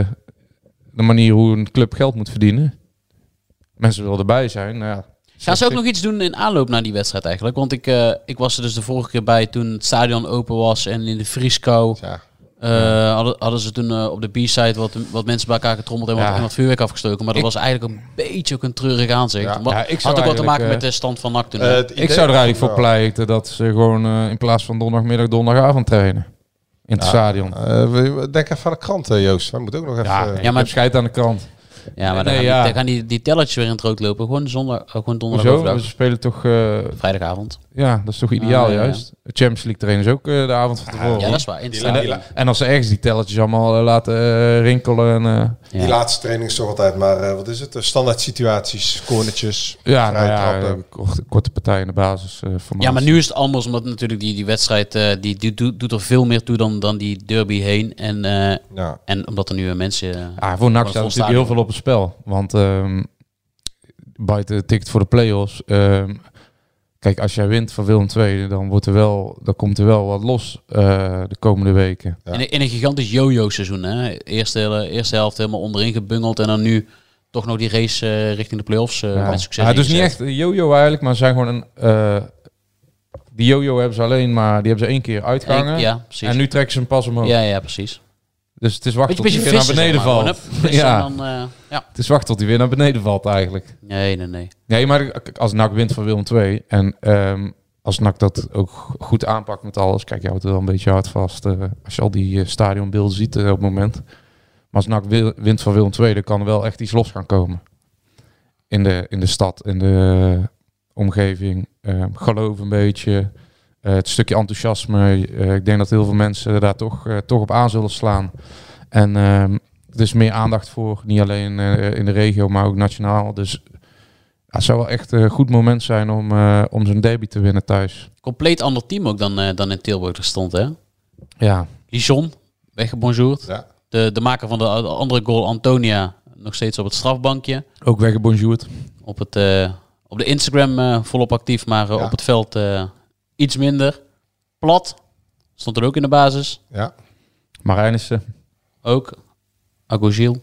Speaker 2: de manier hoe een club geld moet verdienen. Mensen willen erbij zijn. Nou ja,
Speaker 7: gaan ze ook nog iets doen in aanloop naar die wedstrijd eigenlijk? Want ik was er dus de vorige keer bij toen het stadion open was en in de vrieskou... Ja. Hadden ze toen op de B-side wat mensen bij elkaar getrommeld en wat vuurwerk afgestoken. Maar dat was eigenlijk een beetje ook een treurig aanzicht. Had ook wat te maken met de stand van NAC toen.
Speaker 2: Ik zou er eigenlijk voor pleiten dat ze gewoon in plaats van donderdagmiddag, donderdagavond trainen. In het stadion.
Speaker 8: Denk even aan de krant, Joost. We moeten ook nog even...
Speaker 2: maar scheid aan de krant.
Speaker 7: Ja, maar dan gaan die tellertjes weer in het rood lopen. Gewoon donderdag.
Speaker 2: Ze spelen toch...
Speaker 7: vrijdagavond.
Speaker 2: Ja, dat is toch ideaal juist. De Champions League trainen is ook de avond van tevoren.
Speaker 7: Ja, dat is waar.
Speaker 2: En als ze ergens die tellertjes allemaal laten rinkelen. En,
Speaker 8: die laatste training is toch altijd maar, wat is het? Standaard situaties, cornertjes.
Speaker 2: Korte partijen in de basis.
Speaker 7: Maar nu is het anders, omdat natuurlijk die wedstrijd, die doet er veel meer toe dan die derby heen. En omdat er nu mensen...
Speaker 2: voor NAC staat natuurlijk heel veel op het spel. Want buiten het ticket voor de play-offs... kijk, als jij wint van Willem II, dan komt er wel wat los de komende weken.
Speaker 7: Ja. In een gigantisch yo-yo seizoen. Hè? Eerste helft helemaal onderin gebungeld. En dan nu toch nog die race richting de play-offs met succes.
Speaker 2: Het is niet echt een yo-yo eigenlijk, maar ze zijn gewoon die yo-yo hebben ze alleen maar... Die hebben ze 1 keer uitgehangen.
Speaker 7: Ja, precies.
Speaker 2: En nu trekken ze hem pas omhoog.
Speaker 7: Ja, precies.
Speaker 2: Dus het is wachten tot hij weer naar beneden valt. Het is wachten tot hij weer naar beneden valt eigenlijk. Nee, maar als NAC wint van Willem II en als NAC dat ook goed aanpakt met alles... Kijk, je houdt er wel een beetje hard vast als je al die stadionbeelden ziet op het moment. Maar als NAC wint van Willem II, dan kan er wel echt iets los gaan komen. In de stad, in de omgeving. Geloof een beetje. Het stukje enthousiasme. Ik denk dat heel veel mensen daar toch op aan zullen slaan. En er is meer aandacht voor. Niet alleen in de regio, maar ook nationaal. Dus het zou wel echt een goed moment zijn om zo'n derby te winnen thuis.
Speaker 7: Compleet ander team ook dan in Tilburg er stond, hè?
Speaker 2: Ja.
Speaker 7: Lijon, weggebonjourd.
Speaker 8: Ja.
Speaker 7: De maker van de andere goal, Antonia, nog steeds op het strafbankje.
Speaker 2: Ook weggebonjourd.
Speaker 7: Op de Instagram volop actief, maar op het veld... iets minder. Plat. Stond er ook in de basis.
Speaker 8: Ja.
Speaker 2: Marijnissen.
Speaker 7: Ook. Agogil.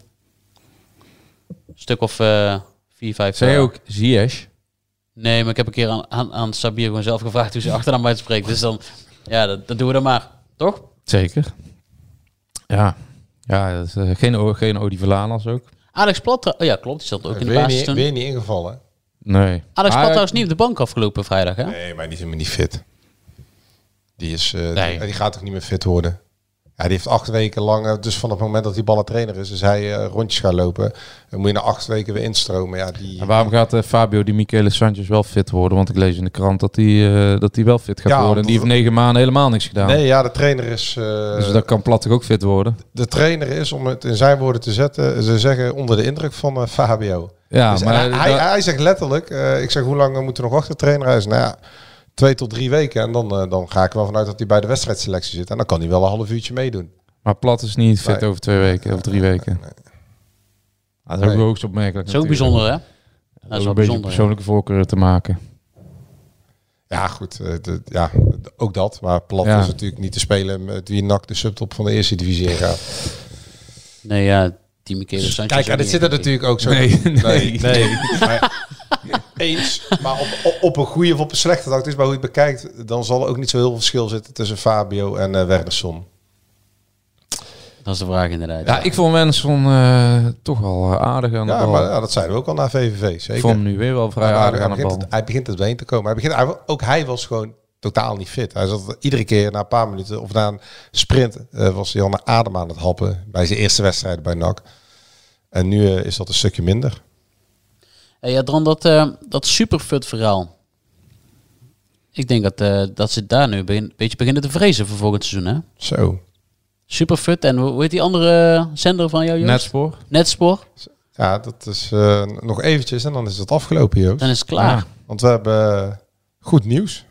Speaker 7: Stuk of 4, 5.
Speaker 2: Zei je ook Ziyech?
Speaker 7: Nee, maar ik heb een keer aan Sabir gewoon zelf gevraagd hoe ze achternaam uitspreekt. Dus dan, dat doen we dan maar. Toch?
Speaker 2: Zeker. Ja. Ja, dat is, geen Odi Verlanas ook.
Speaker 7: Alex Plat. Oh ja, klopt. Die zat ook in de basis toen.
Speaker 8: Weer niet ingevallen.
Speaker 2: Nee.
Speaker 7: Alex Plat was niet op de bank afgelopen vrijdag, hè?
Speaker 8: Nee, maar die is helemaal niet fit. Die gaat toch niet meer fit worden? Ja, die heeft 8 weken lang, dus van het moment dat die ballentrainer is, dus hij rondjes gaat lopen. Dan moet je na 8 weken weer instromen. Ja,
Speaker 2: en waarom gaat Fabio Di Michele Sanchez wel fit worden? Want ik lees in de krant dat hij wel fit gaat worden. En die heeft 9 maanden helemaal niks gedaan.
Speaker 8: Nee, ja, de trainer is...
Speaker 2: dus dat kan Plat toch ook fit worden?
Speaker 8: De trainer is, om het in zijn woorden te zetten, ze zeggen onder de indruk van Fabio.
Speaker 2: Ja,
Speaker 8: dus
Speaker 2: maar
Speaker 8: hij zegt letterlijk, ik zeg hoe lang moeten we nog wachten, trainer? Hij zegt, nou ja, 2 tot 3 weken. En dan ga ik wel vanuit dat hij bij de wedstrijdselectie zit. En dan kan hij wel een half uurtje meedoen.
Speaker 2: Maar Plat is niet fit over 2 weken of 3 weken.
Speaker 8: Nee.
Speaker 2: Dat is ook hoogst opmerkelijk.
Speaker 7: Zo bijzonder, hè?
Speaker 2: Dat is wel een beetje persoonlijke voorkeuren te maken.
Speaker 8: Ja, goed. Ook dat. Maar Plat is natuurlijk niet te spelen met wie NAC de subtop van de eerste divisie ingaat.
Speaker 7: Nee, ja, Di Michele Sanchez.
Speaker 8: Kijk, dit zit er natuurlijk ook zo. Nee. Maar, eens. Maar op een goede of op een slechte dag, het is maar hoe je het bekijkt, dan zal er ook niet zo heel veel verschil zitten tussen Fabio en Wernersson.
Speaker 7: Dat is de vraag inderdaad.
Speaker 2: Ja, ik vond Wernersson toch wel aardig aan de bal.
Speaker 8: Maar dat zeiden we ook al na VVV. Zeker.
Speaker 2: Ik vond hem nu weer wel vrij aardig aan de bal.
Speaker 8: Hij begint het doorheen te komen. Hij was gewoon totaal niet fit. Hij zat iedere keer na een paar minuten of na een sprint was hij al naar adem aan het happen bij zijn eerste wedstrijd bij NAC. En nu is dat een stukje minder.
Speaker 7: Hey, ja, dan dat superfut verhaal. Ik denk dat ze daar nu een beetje beginnen te vrezen voor volgend seizoen, hè?
Speaker 8: Zo.
Speaker 7: Superfut. En hoe heet die andere zender van jou, Joost? Netspoor.
Speaker 8: Ja, dat is nog eventjes en dan is het afgelopen, Joost.
Speaker 7: Dan is het klaar. Ja.
Speaker 8: Want we hebben goed nieuws.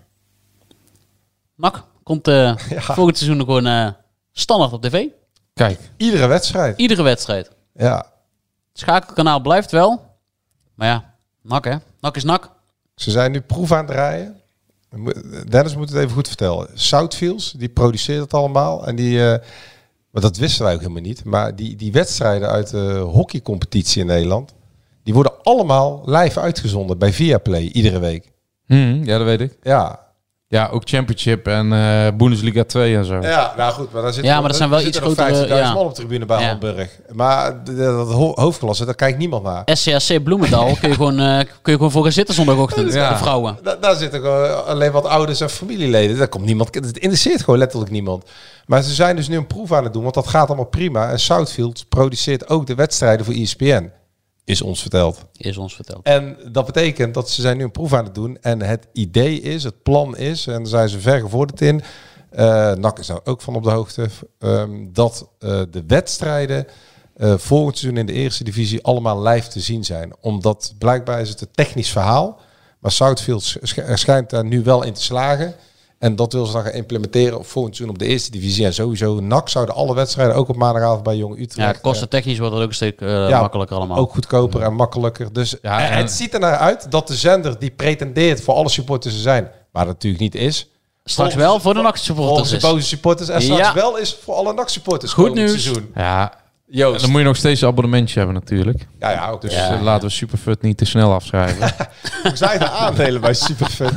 Speaker 7: NAC komt volgend seizoen gewoon standaard op tv.
Speaker 2: Kijk.
Speaker 8: Iedere wedstrijd. Ja.
Speaker 7: Het schakelkanaal blijft wel. Maar ja, NAC hè. NAC is NAC.
Speaker 8: Ze zijn nu proef aan het draaien. Dennis moet het even goed vertellen. Southfields, die produceert het allemaal. En maar dat wisten wij ook helemaal niet. Maar die wedstrijden uit de hockeycompetitie in Nederland, die worden allemaal live uitgezonden bij Viaplay iedere week.
Speaker 2: Ja, dat weet ik. Ja, ook Championship en Bundesliga 2 en zo.
Speaker 8: Ja, nou goed, maar daar zit
Speaker 7: maar dat zijn wel iets grotere
Speaker 8: 50.000 man op de tribune bij Hamburg. Maar dat hoofdklasse, daar kijkt niemand naar.
Speaker 7: SCAC Bloemendaal kun je gewoon voor gaan zitten zondagochtend. De vrouwen.
Speaker 8: Daar zitten gewoon alleen wat ouders en familieleden. Daar komt niemand. Het interesseert gewoon letterlijk niemand. Maar ze zijn dus nu een proef aan het doen, want dat gaat allemaal prima. En Southfield produceert ook de wedstrijden voor ESPN. Is ons verteld. En dat betekent dat ze zijn nu een proef aan het doen. En het idee is, het plan is, en daar zijn ze ver gevorderd in. NAC is nou ook van op de hoogte. Dat de wedstrijden volgend seizoen in de eerste divisie allemaal live te zien zijn. Omdat blijkbaar is het een technisch verhaal. Maar Southfield schijnt daar nu wel in te slagen. En dat wil ze dan gaan implementeren op volgend seizoen op de eerste divisie. En sowieso NAC zouden alle wedstrijden ook op maandagavond bij Jong Utrecht.
Speaker 7: Ja, kostentechnisch wordt het ook een stuk makkelijker allemaal.
Speaker 8: Ook goedkoper en makkelijker. Dus het ziet er naar uit dat de zender die pretendeert voor alle supporters te zijn, maar dat natuurlijk niet is.
Speaker 7: Straks wel voor de NAC-supporters.
Speaker 8: Voor de boze supporters. En straks wel is voor alle NAC-supporters.
Speaker 7: Goed nieuws.
Speaker 8: Seizoen.
Speaker 2: Ja. Joost. Dan moet je nog steeds een abonnementje hebben natuurlijk.
Speaker 8: Ja, ook.
Speaker 2: Dus laten we Superfut niet te snel afschrijven.
Speaker 8: Hoe zijn de aandelen bij Superfut?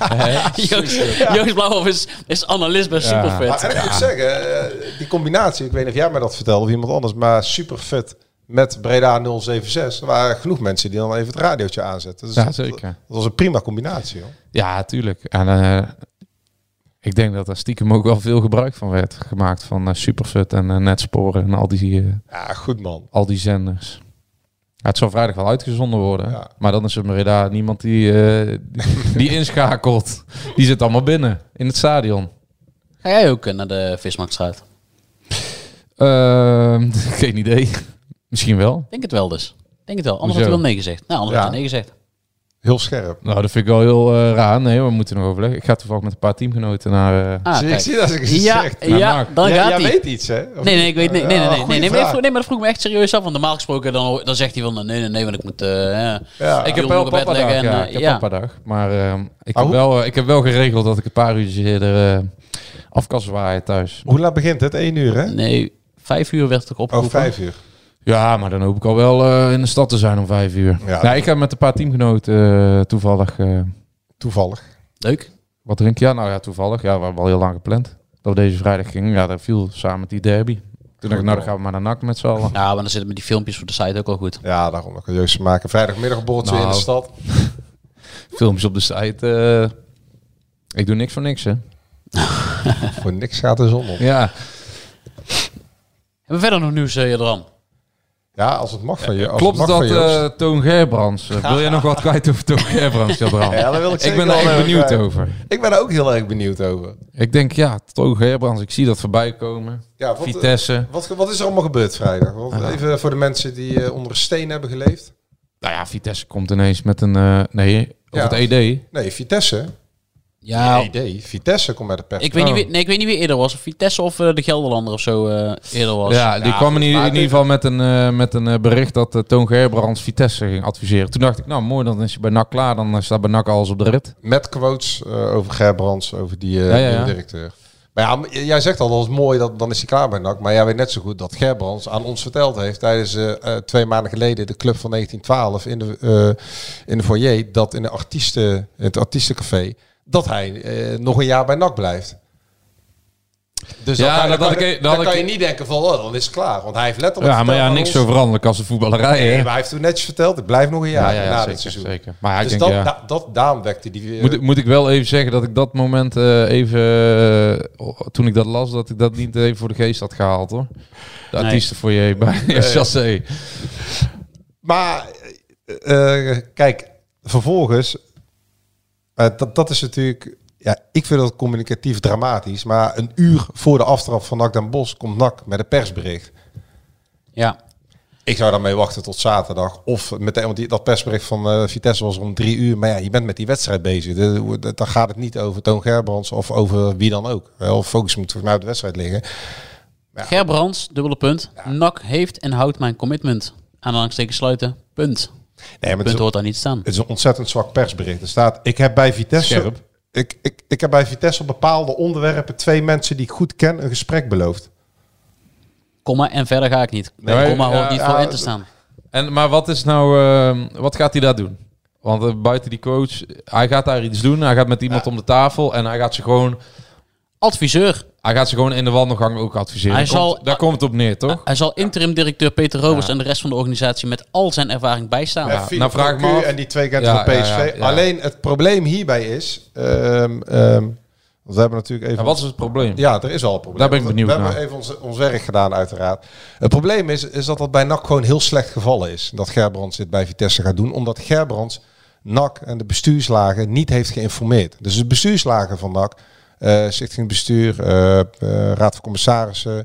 Speaker 7: Joost Blauwhof is analist bij Superfut.
Speaker 8: Maar en ik moet zeggen, die combinatie, ik weet niet of jij mij dat vertelde of iemand anders, maar Superfut met Breda 076, er waren genoeg mensen die dan even het radiootje aanzetten. Dus
Speaker 2: ja, zeker.
Speaker 8: Dat was een prima combinatie, hoor.
Speaker 2: Ja, tuurlijk. En ik denk dat er stiekem ook wel veel gebruik van werd gemaakt van Superfut en Netsporen en al die...
Speaker 8: ja, goed man.
Speaker 2: Al die zenders. Ja, het zal vrijdag wel uitgezonden worden. Ja. Maar dan is er maar daar niemand die inschakelt. Die zit allemaal binnen in het stadion.
Speaker 7: Ga jij ook naar de Vismarktstraat?
Speaker 2: Geen idee. Misschien wel.
Speaker 7: Denk het wel dus. Denk het wel. Anders had hij wel nee gezegd. Nou, anders had hij nee gezegd.
Speaker 8: Heel scherp.
Speaker 2: Nou, dat vind ik wel heel raar. Nee, we moeten nog overleggen. Ik ga toevallig met een paar teamgenoten naar...
Speaker 8: ik zie dat ik het zeg.
Speaker 7: Ja, dan gaat hij.
Speaker 8: Jij weet iets, hè? Of
Speaker 7: nee, ik weet niet. Nee, maar dat vroeg me echt serieus af. Want normaal gesproken dan zegt hij van... Nee, want ik moet...
Speaker 2: ik heb wel papadag. Ik heb papadag. Maar ik heb wel geregeld dat ik een paar uurtjes eerder af kan zwaaien thuis.
Speaker 8: Hoe laat begint het? 1 uur, hè?
Speaker 7: Nee, 5 uur werd ik opgeroepen.
Speaker 8: 5 uur.
Speaker 2: Ja, maar dan hoop ik al wel in de stad te zijn om 5 uur. Ja, ik ga met een paar teamgenoten toevallig.
Speaker 8: Toevallig?
Speaker 7: Leuk.
Speaker 2: Wat drink je? Ja, nou ja, toevallig. Ja, we hebben al heel lang gepland. Dat we deze vrijdag gingen. Ja, dat viel samen met die derby. Toen dacht ik, dan gaan we maar naar NAC met z'n allen.
Speaker 7: Ja, maar dan zitten met die filmpjes voor de site ook al goed.
Speaker 8: Ja, daarom nog een jeugd maken. Vrijdagmiddag borreltje in de stad.
Speaker 2: Filmpjes op de site. Ik doe niks voor niks, hè.
Speaker 8: Voor niks gaat de zon op.
Speaker 2: Ja.
Speaker 7: Hebben we verder nog nieuws, Jadran?
Speaker 8: Ja, als het mag van je.
Speaker 2: Klopt het dat Toon Gerbrands? Wil jij nog wat kwijt over Toon Gerbrands, Jadran?
Speaker 8: Ja, daar wil ik
Speaker 2: ben er echt benieuwd over.
Speaker 8: Ik ben er ook heel erg benieuwd over.
Speaker 2: Ik denk, Toon Gerbrands, ik zie dat voorbij komen.
Speaker 8: Ja,
Speaker 2: Vitesse.
Speaker 8: Wat is er allemaal gebeurd vrijdag? Even voor de mensen die onder een steen hebben geleefd.
Speaker 2: Nou ja, Vitesse komt ineens met een... het ED.
Speaker 8: Nee, Vitesse.
Speaker 7: Ja,
Speaker 8: Vitesse komt met de pers.
Speaker 7: Ik weet niet wie eerder was. Of Vitesse of de Gelderlander of zo eerder was.
Speaker 2: Ja, die kwam in ieder geval met een bericht dat Toon Gerbrands Vitesse ging adviseren. Toen dacht ik, nou mooi, dan is je bij NAC klaar. Dan staat bij NAC alles op de rit.
Speaker 8: Met quotes over Gerbrands, over die nieuwe directeur. Maar ja, jij zegt al, dat is mooi, dan is hij klaar bij NAC. Maar jij weet net zo goed dat Gerbrands aan ons verteld heeft tijdens 2 maanden geleden de club van 1912 in de foyer, dat in het artiestencafé, dat hij nog een jaar bij NAC blijft. Dus dan kan je niet denken van, dan is het klaar. Want hij heeft letterlijk...
Speaker 2: Ja, maar niks zo veranderlijk als de voetballerij.
Speaker 8: Nee, maar hij heeft toen netjes verteld, ik blijf nog een jaar na
Speaker 2: zeker,
Speaker 8: dit seizoen.
Speaker 2: Zeker. Maar
Speaker 8: dus daarom wekte die...
Speaker 2: Moet ik wel even zeggen dat ik dat moment toen ik dat las, dat ik dat niet even voor de geest had gehaald, hoor. De artiestenfoyer bij Chassé.
Speaker 8: Maar, kijk, vervolgens... Dat is natuurlijk... Ja, ik vind dat communicatief dramatisch. Maar een uur voor de aftrap van NAC Den Bosch komt NAC met een persbericht.
Speaker 7: Ja.
Speaker 8: Ik zou daarmee wachten tot zaterdag. Of meteen, want dat persbericht van Vitesse was om 3 uur. Maar ja, je bent met die wedstrijd bezig. Dan gaat het niet over Toon Gerbrands of over wie dan ook. Wel, focus moet volgens mij op de wedstrijd liggen.
Speaker 7: Ja. Gerbrands, dubbele punt. Ja. NAC heeft en houdt mijn commitment. Aanhalingstekens sluiten, punt.
Speaker 8: Nee, maar
Speaker 7: punt hoort daar niet staan.
Speaker 8: Het is een ontzettend zwak persbericht. Er staat, ik heb bij Vitesse... Ik heb bij Vitesse op bepaalde onderwerpen 2 mensen die ik goed ken een gesprek beloofd.
Speaker 7: Komma, en verder ga ik niet. Nee, komma hoort niet voor in te staan.
Speaker 2: Maar wat is nou... wat gaat hij daar doen? Want buiten die coach, hij gaat daar iets doen. Hij gaat met iemand om de tafel en hij gaat ze gewoon...
Speaker 7: Adviseur.
Speaker 2: Hij gaat ze gewoon in de wandelgang ook adviseren. Daar komt het op neer, toch?
Speaker 7: Hij zal interim-directeur Peter Rovers en de rest van de organisatie met al zijn ervaring bijstaan.
Speaker 8: Ja, nou vraag ik me af. En die 2 Gent van PSV. Ja. Alleen het probleem hierbij is... want we hebben natuurlijk even...
Speaker 2: wat is het probleem?
Speaker 8: Ja, er is al een probleem.
Speaker 2: Daar ben ik benieuwd naar.
Speaker 8: We hebben even ons werk gedaan, uiteraard. Het probleem is dat bij NAC gewoon heel slecht gevallen is. Dat Gerbrands dit bij Vitesse gaat doen. Omdat Gerbrands NAC en de bestuurslagen niet heeft geïnformeerd. Dus de bestuurslagen van NAC... stichting bestuur, raad van commissarissen,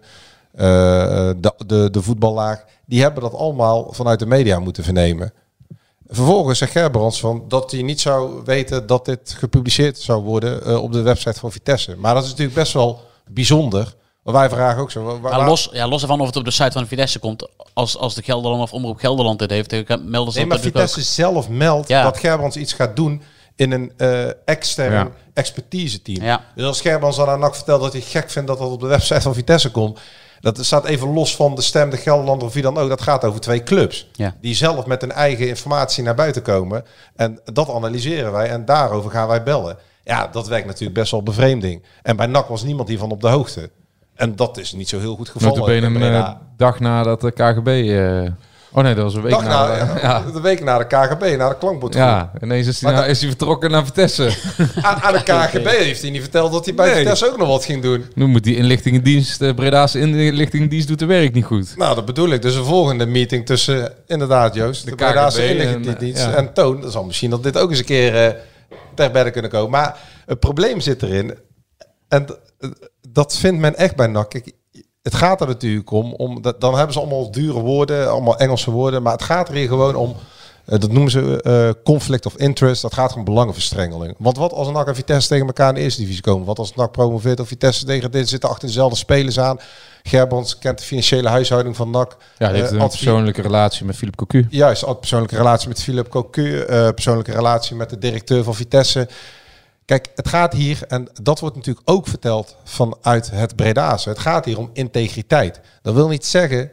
Speaker 8: de voetballaag, die hebben dat allemaal vanuit de media moeten vernemen. Vervolgens zegt Gerbrands van dat hij niet zou weten dat dit gepubliceerd zou worden op de website van Vitesse. Maar dat is natuurlijk best wel bijzonder. Maar wij vragen ook zo.
Speaker 7: Los ervan of het op de site van Vitesse komt, als de Gelderland of Omroep Gelderland dit heeft, melden ze
Speaker 8: maar Vitesse ook. Zelf meldt dat Gerbrands iets gaat doen in een extern expertise team. Ja. Dus als Gerbrands dan aan NAC vertelt dat hij gek vindt dat dat op de website van Vitesse komt, dat staat even los van de stem, de Gelderlander of wie dan ook. Dat gaat over 2 clubs. Ja. Die zelf met hun eigen informatie naar buiten komen. En dat analyseren wij en daarover gaan wij bellen. Ja, dat werkt natuurlijk best wel bevreemding. En bij NAC was niemand hiervan op de hoogte. En dat is niet zo heel goed gevallen.
Speaker 2: Een dag nadat de KGB... Oh nee, dat was een week
Speaker 8: de week na de KGB, na de klankbord.
Speaker 2: Ja, ineens is hij vertrokken naar Vitesse.
Speaker 8: Aan de KGB heeft hij niet verteld dat hij bij Vitesse ook nog wat ging doen.
Speaker 2: Nu moet die inlichtingendienst, Breda's inlichtingendienst doet de werk niet goed.
Speaker 8: Nou, dat bedoel ik. Dus een volgende meeting tussen, inderdaad Joost, de Breda's inlichtingendienst en Toon. Dat zal misschien dat dit ook eens een keer ter bedde kunnen komen. Maar het probleem zit erin. En dat vindt men echt bij NAC. Het gaat er natuurlijk om dan hebben ze allemaal dure woorden, allemaal Engelse woorden. Maar het gaat er hier gewoon om, dat noemen ze conflict of interest. Dat gaat om belangenverstrengeling. Want wat als NAC en Vitesse tegen elkaar in de eerste divisie komen? Wat als NAC promoveert of Vitesse tegen dit zitten achter dezelfde spelers aan? Gerbrands kent de financiële huishouding van NAC.
Speaker 2: Ja, die heeft een persoonlijke relatie met Philippe Cocu.
Speaker 8: Juist, persoonlijke relatie met Philippe Cocu. Persoonlijke relatie met de directeur van Vitesse. Kijk, het gaat hier, en dat wordt natuurlijk ook verteld vanuit het Breda's. Het gaat hier om integriteit. Dat wil niet zeggen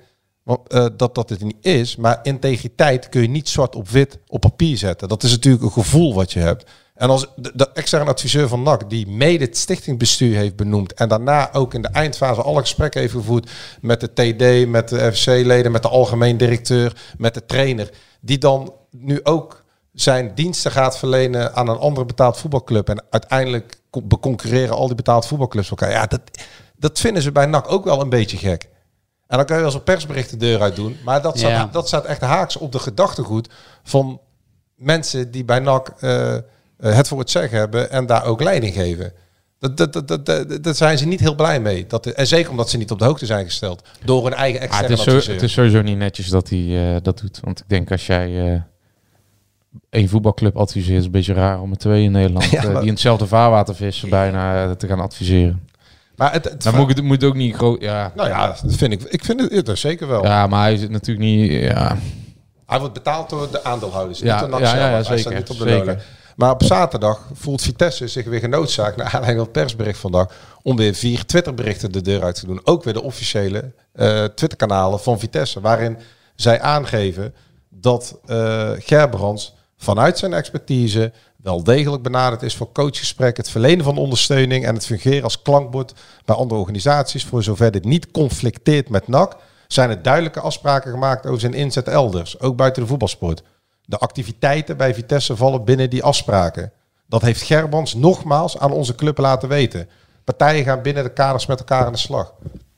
Speaker 8: dat het niet is, maar integriteit kun je niet zwart op wit op papier zetten. Dat is natuurlijk een gevoel wat je hebt. En als de externe adviseur van NAC, die mede het stichtingsbestuur heeft benoemd en daarna ook in de eindfase alle gesprekken heeft gevoerd met de TD, met de FC-leden, met de algemeen directeur, met de trainer, die dan nu ook zijn diensten gaat verlenen aan een andere betaald voetbalclub. En uiteindelijk beconcurreren al die betaald voetbalclubs elkaar. Ja, dat vinden ze bij NAC ook wel een beetje gek. En dan kan je wel zo'n persbericht de deur uit doen. Maar dat staat echt haaks op de gedachtegoed van mensen die bij NAC het voor het zeggen hebben en daar ook leiding geven. Daar zijn ze niet heel blij mee. En zeker omdat ze niet op de hoogte zijn gesteld door een eigen externe adviseur.
Speaker 2: Het is sowieso niet netjes dat hij dat doet. Want ik denk als jij één voetbalclub adviseert, is een beetje raar om er 2 in Nederland die in hetzelfde vaarwater vissen bijna te gaan adviseren.
Speaker 8: Maar
Speaker 2: het moet ook niet groot. Ja.
Speaker 8: Nou ja, dat vind ik. Ik vind het zeker wel.
Speaker 2: Ja, maar hij is natuurlijk niet. Ja.
Speaker 8: Hij wordt betaald door de aandeelhouders.
Speaker 2: Ja,
Speaker 8: niet door NAC zelf.
Speaker 2: Zeker.
Speaker 8: Hij staat niet op de lonen. Maar op zaterdag voelt Vitesse zich weer genoodzaakt, naar aanleiding van het persbericht vandaag, om weer 4 Twitterberichten de deur uit te doen. Ook weer de officiële Twitterkanalen van Vitesse, waarin zij aangeven dat Gerbrands vanuit zijn expertise wel degelijk benaderd is voor coachgesprekken, het verlenen van ondersteuning en het fungeren als klankbord bij andere organisaties. Voor zover dit niet conflicteert met NAC, zijn er duidelijke afspraken gemaakt over zijn inzet elders, ook buiten de voetbalsport. De activiteiten bij Vitesse vallen binnen die afspraken. Dat heeft Gerbrands nogmaals aan onze club laten weten. Partijen gaan binnen de kaders met elkaar aan de slag.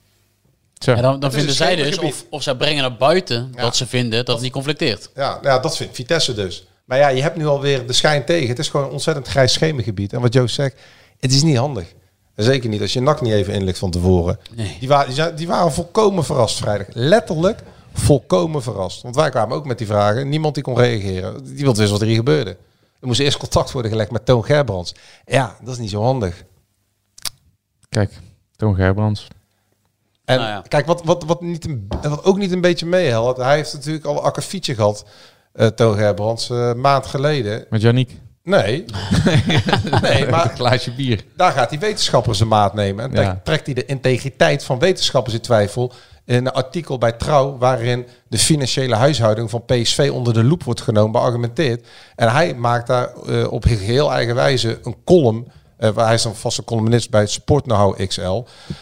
Speaker 7: En dan vinden zij dus, of zij brengen naar buiten, dat ze vinden dat het niet conflicteert.
Speaker 8: Ja, dat vindt Vitesse dus. Maar ja, je hebt nu alweer de schijn tegen. Het is gewoon een ontzettend grijs schemergebied. En wat Joost zegt, het is niet handig. En zeker niet als je NAC niet even inlicht van tevoren. Nee. Die waren volkomen verrast vrijdag. Letterlijk volkomen verrast. Want wij kwamen ook met die vragen. Niemand die kon reageren. Die wilde weten wat er hier gebeurde. Er moest eerst contact worden gelegd met Toon Gerbrands. Ja, dat is niet zo handig.
Speaker 2: Kijk, Toon Gerbrands.
Speaker 8: En kijk, wat ook niet een beetje meehelpt. Hij heeft natuurlijk al een akkefietje gehad, Toon Gerbrands, maand geleden.
Speaker 2: Met Yannick?
Speaker 8: Nee. Nee, maar
Speaker 2: een glaasje bier.
Speaker 8: Daar gaat hij wetenschappers een maat nemen. En trekt hij de integriteit van wetenschappers in twijfel. In een artikel bij Trouw, waarin de financiële huishouding van PSV onder de loep wordt genomen, beargumenteerd. En hij maakt daar op heel eigen wijze een column. Hij is dan vaste columnist bij Sport Know-how XL.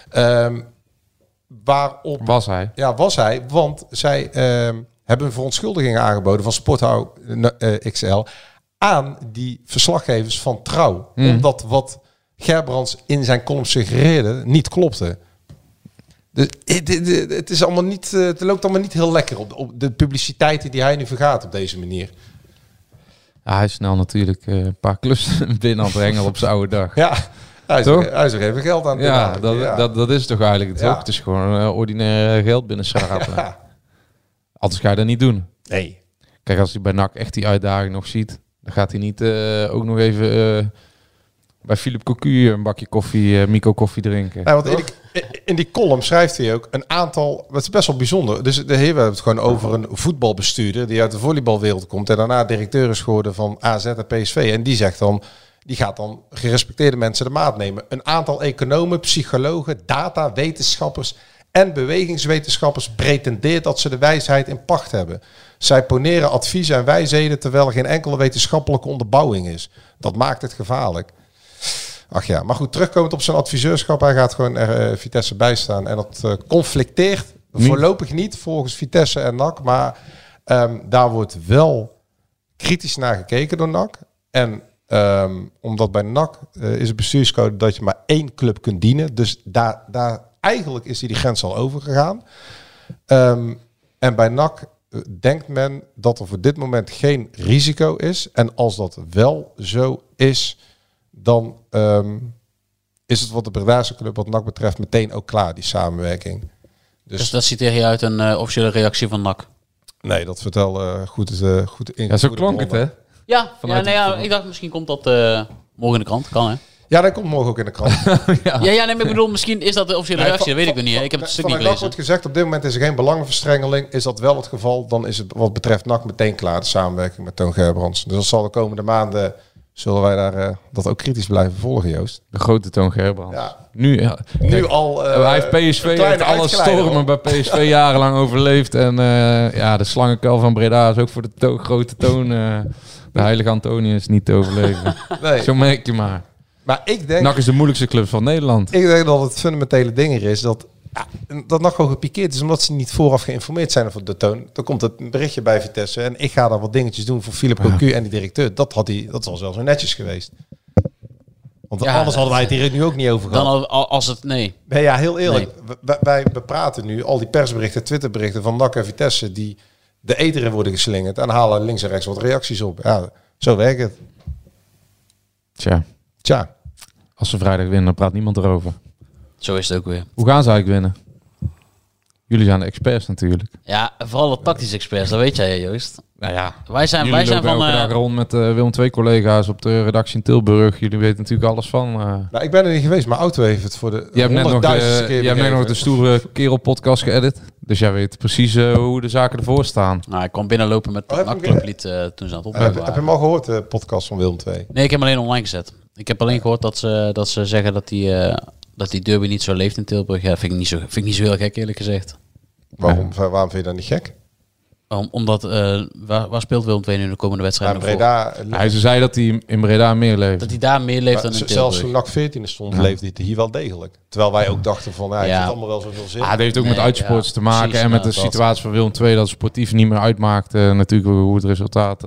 Speaker 8: Waarop
Speaker 2: was hij?
Speaker 8: Ja, was hij. Want zij hebben verontschuldigingen aangeboden van Sport Know-how XL aan die verslaggevers van Trouw. Omdat wat Gerbrands in zijn column suggereerde niet klopte. Dus het is allemaal niet, het loopt allemaal niet heel lekker op de publiciteit die hij nu vergaat op deze manier.
Speaker 2: Ja, hij is snel natuurlijk een paar klussen binnen aan het brengen op zijn oude dag.
Speaker 8: Ja, hij is er even geld aan het
Speaker 2: doen. Dat is toch eigenlijk het ook. Het is gewoon ordinair geld binnenschrapen. Ja. Anders ga je dat niet doen.
Speaker 8: Nee.
Speaker 2: Kijk, als hij bij NAC echt die uitdaging nog ziet, dan gaat hij niet ook nog even bij Philip Cocu een bakje koffie, Mico koffie drinken.
Speaker 8: Ja, want in die column schrijft hij ook een aantal, wat is best wel bijzonder. Dus we hebben het gewoon over een voetbalbestuurder die uit de volleybalwereld komt en daarna directeur is geworden van AZ en PSV. En die zegt dan, die gaat dan gerespecteerde mensen de maat nemen. Een aantal economen, psychologen, data, wetenschappers en bewegingswetenschappers pretendeert dat ze de wijsheid in pacht hebben. Zij poneren adviezen en wijsheden terwijl er geen enkele wetenschappelijke onderbouwing is. Dat maakt het gevaarlijk. Ach ja, maar goed, terugkomend op zijn adviseurschap, hij gaat gewoon Vitesse bijstaan. En dat conflicteert voorlopig niet volgens Vitesse en NAC. Maar daar wordt wel kritisch naar gekeken door NAC. En omdat bij NAC is het bestuurscode dat je maar 1 club kunt dienen. Dus daar eigenlijk is die grens al overgegaan. En bij NAC denkt men dat er voor dit moment geen risico is. En als dat wel zo is, dan is het wat de Bredaarse club wat NAC betreft meteen ook klaar, die samenwerking.
Speaker 7: Dus dat citeer je uit een officiële reactie van NAC?
Speaker 8: Nee, dat vertel goed in.
Speaker 2: Ja, zo klonk het, hè?
Speaker 7: Ja, ik dacht misschien komt dat morgen in de krant. Kan, hè?
Speaker 8: Ja, dat komt morgen ook in de krant.
Speaker 7: nee, maar ik bedoel, misschien is dat de officiële reactie, dat weet ik nog niet. Hè? Ik heb het stuk niet gelezen.
Speaker 8: wordt gezegd, op dit moment is er geen belangenverstrengeling. Is dat wel het geval, dan is het wat betreft NAC meteen klaar, de samenwerking met Toon Gerbrands. Dus dat zal de komende maanden, zullen wij daar dat ook kritisch blijven volgen, Joost.
Speaker 2: De grote Toon Gerbrands.
Speaker 8: Ja.
Speaker 2: Nu
Speaker 8: al.
Speaker 2: Hij heeft heeft alle stormen bij PSV jarenlang overleefd. En de slangenkuil van Breda is ook voor de grote Toon. De heilige Antonius niet te overleven. Nee. Zo merk je maar.
Speaker 8: Maar ik denk,
Speaker 2: NAC is de moeilijkste club van Nederland.
Speaker 8: Ik denk dat het fundamentele ding er is dat NAC gewoon gepikeerd is omdat ze niet vooraf geïnformeerd zijn over de Toon. Dan komt het berichtje bij Vitesse en ik ga daar wat dingetjes doen voor Philip Cocu en die directeur. Dat was wel zo netjes geweest. Want anders hadden wij het hier nu ook niet over gehad.
Speaker 7: Dan als het... Nee,
Speaker 8: ja, heel eerlijk. Wij praten nu al die persberichten, Twitterberichten van NAC en Vitesse... die de eter in worden geslingerd... en halen links en rechts wat reacties op. Ja, zo werkt het. Tja.
Speaker 2: Als ze vrijdag winnen, dan praat niemand erover.
Speaker 7: Zo is het ook weer.
Speaker 2: Hoe gaan ze eigenlijk winnen? Jullie zijn de experts natuurlijk.
Speaker 7: Ja, vooral de tactische experts, dat weet jij, Joost.
Speaker 2: Nou ja,
Speaker 7: wij zijn
Speaker 2: van
Speaker 7: elke
Speaker 2: dag rond met Willem II collega's op de redactie in Tilburg. Jullie weten natuurlijk alles van.
Speaker 8: Nou, ik ben er niet geweest. Mijn auto heeft het voor de 100.000 keer.
Speaker 2: Je hebt net nog de Stoere Kerel podcast geëdit. Dus jij weet precies hoe de zaken ervoor staan.
Speaker 7: Nou, ik kwam binnenlopen met het NAC-clublied toen ze aan het opnemen waren.
Speaker 8: Heb je hem al gehoord, de podcast van Willem II?
Speaker 7: Nee, ik heb hem alleen online gezet. Ik heb alleen gehoord dat ze zeggen dat die derby niet zo leeft in Tilburg. Ja, vind ik niet zo heel gek, eerlijk gezegd.
Speaker 8: Waarom vind je dat niet gek?
Speaker 7: Omdat, waar speelt Willem II nu de komende wedstrijd?
Speaker 8: Breda.
Speaker 2: Ze zei dat hij in Breda meer leeft.
Speaker 7: Dat hij daar meer leeft dan in Tilburg.
Speaker 8: Zelfs toen NAC 14 stond, leefde hij hier wel degelijk. Terwijl wij ook dachten van, het heeft allemaal wel zoveel zin.
Speaker 2: Het heeft ook met uitsports te maken precies, en met de situatie van Willem II dat het sportief niet meer uitmaakt. Natuurlijk hoe het resultaat...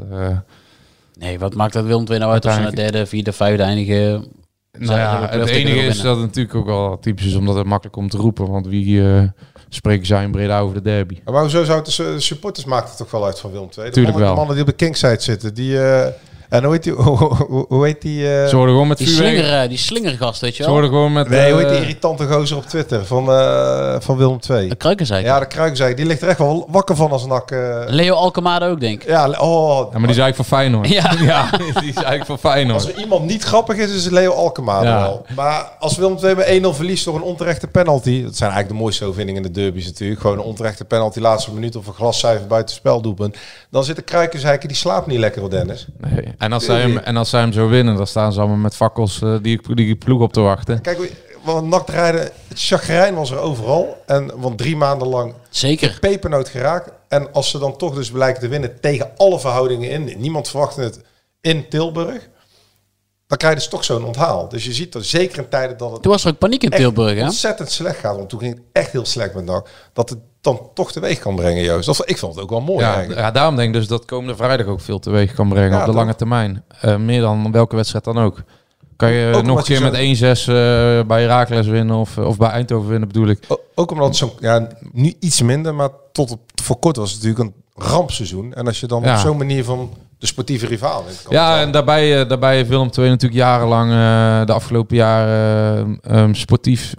Speaker 7: Nee, wat maakt dat Willem II nou uit of ze naar derde, vierde, vijfde eindigen?
Speaker 2: Nou ja, het enige is dat het natuurlijk ook wel typisch is omdat het makkelijk om te roepen. Want wie spreken zij in Breda over de derby?
Speaker 8: Maar hoezo zou het de supporters maakt het toch wel uit van Willem II?
Speaker 2: Tuurlijk wel.
Speaker 8: De mannen die op de kingside zitten, die... en hoe heet die...
Speaker 2: Ze worden gewoon met
Speaker 7: die slingergast, weet je wel?
Speaker 2: Ze worden gewoon met...
Speaker 8: Nee, hoe heet die irritante gozer op Twitter van Willem II?
Speaker 7: De Kruikenzijk.
Speaker 8: Ja, de Kruikenzijk. Die ligt er echt wel wakker van als NAC...
Speaker 7: Leo Alkemade ook, denk ik.
Speaker 8: Ja,
Speaker 2: maar die is eigenlijk van Feyenoord.
Speaker 7: Ja.
Speaker 2: Die is eigenlijk van Feyenoord.
Speaker 8: Als er iemand niet grappig is het Leo Alkemade wel. Maar als Willem II met 1-0 verliest door een onterechte penalty... Dat zijn eigenlijk de mooiste overwinningen in de derbies natuurlijk. Gewoon een onterechte penalty, laatste minuut of een glascijfer buiten speldoelpunt. Dan zit de Kruikenzijk, die slaapt niet lekker, Dennis.
Speaker 2: Nee. En als zij hem zo winnen, dan staan ze allemaal met fakkels die ploeg op te wachten.
Speaker 8: Kijk, want NAC rijden, het chagrijn was er overal. Want 3 maanden lang
Speaker 7: zeker
Speaker 8: pepernoot geraakt. En als ze dan toch dus blijken te winnen tegen alle verhoudingen in. Niemand verwachtte het in Tilburg. Dan krijg je dus toch zo'n onthaal. Dus je ziet dat zeker in tijden dat het...
Speaker 7: Toen was er ook paniek in Tilburg, hè?
Speaker 8: Ontzettend slecht gaat. Want toen ging het echt heel slecht met NAC. Dat het dan toch teweeg kan brengen, Joost. Ik vond het ook wel mooi eigenlijk.
Speaker 2: Ja, daarom denk ik dus dat komende vrijdag ook veel teweeg kan brengen op de lange termijn. Meer dan welke wedstrijd dan ook. Kan je ook nog een keer met 1-6 bij Heracles winnen of bij Eindhoven winnen, bedoel ik.
Speaker 8: Ook omdat het nu iets minder, maar voor kort was het natuurlijk een rampseizoen. En als je dan op zo'n manier van de sportieve rivaal wint.
Speaker 2: En daarbij heeft Willem II natuurlijk jarenlang de afgelopen jaren sportief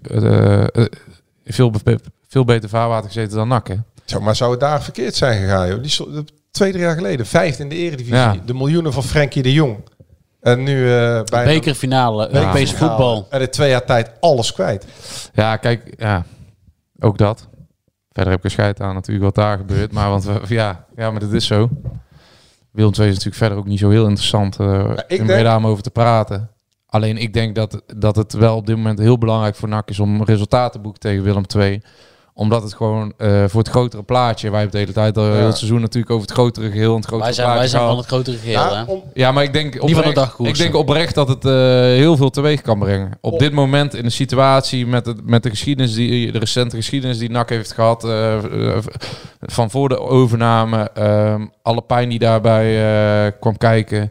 Speaker 2: veel beter vaarwater gezeten dan NAC, hè?
Speaker 8: Zo, maar zou het daar verkeerd zijn gegaan, joh? Die 2-3 jaar geleden, 5e in de Eredivisie. Ja. De miljoenen van Frenkie de Jong. En nu bij
Speaker 7: bekerfinale, Europese voetbal.
Speaker 8: En in 2 jaar tijd alles kwijt.
Speaker 2: Ja, kijk, ook dat. Verder heb ik er scheid aan natuurlijk wat daar gebeurt. Maar maar dat is zo. Willem II is natuurlijk verder ook niet zo heel interessant in Breda om over te praten. Alleen ik denk dat het wel op dit moment heel belangrijk voor NAC is om resultaten te boeken tegen Willem II. Omdat het gewoon voor het grotere plaatje... Wij hebben de hele tijd heel het seizoen natuurlijk over het grotere geheel en het grotere plaatje.
Speaker 7: Wij zijn van het grotere geheel, hè?
Speaker 2: Maar ik denk oprecht dat het heel veel teweeg kan brengen. Op dit moment in de situatie met de geschiedenis de recente geschiedenis die NAC heeft gehad... van voor de overname, alle pijn die daarbij kwam kijken...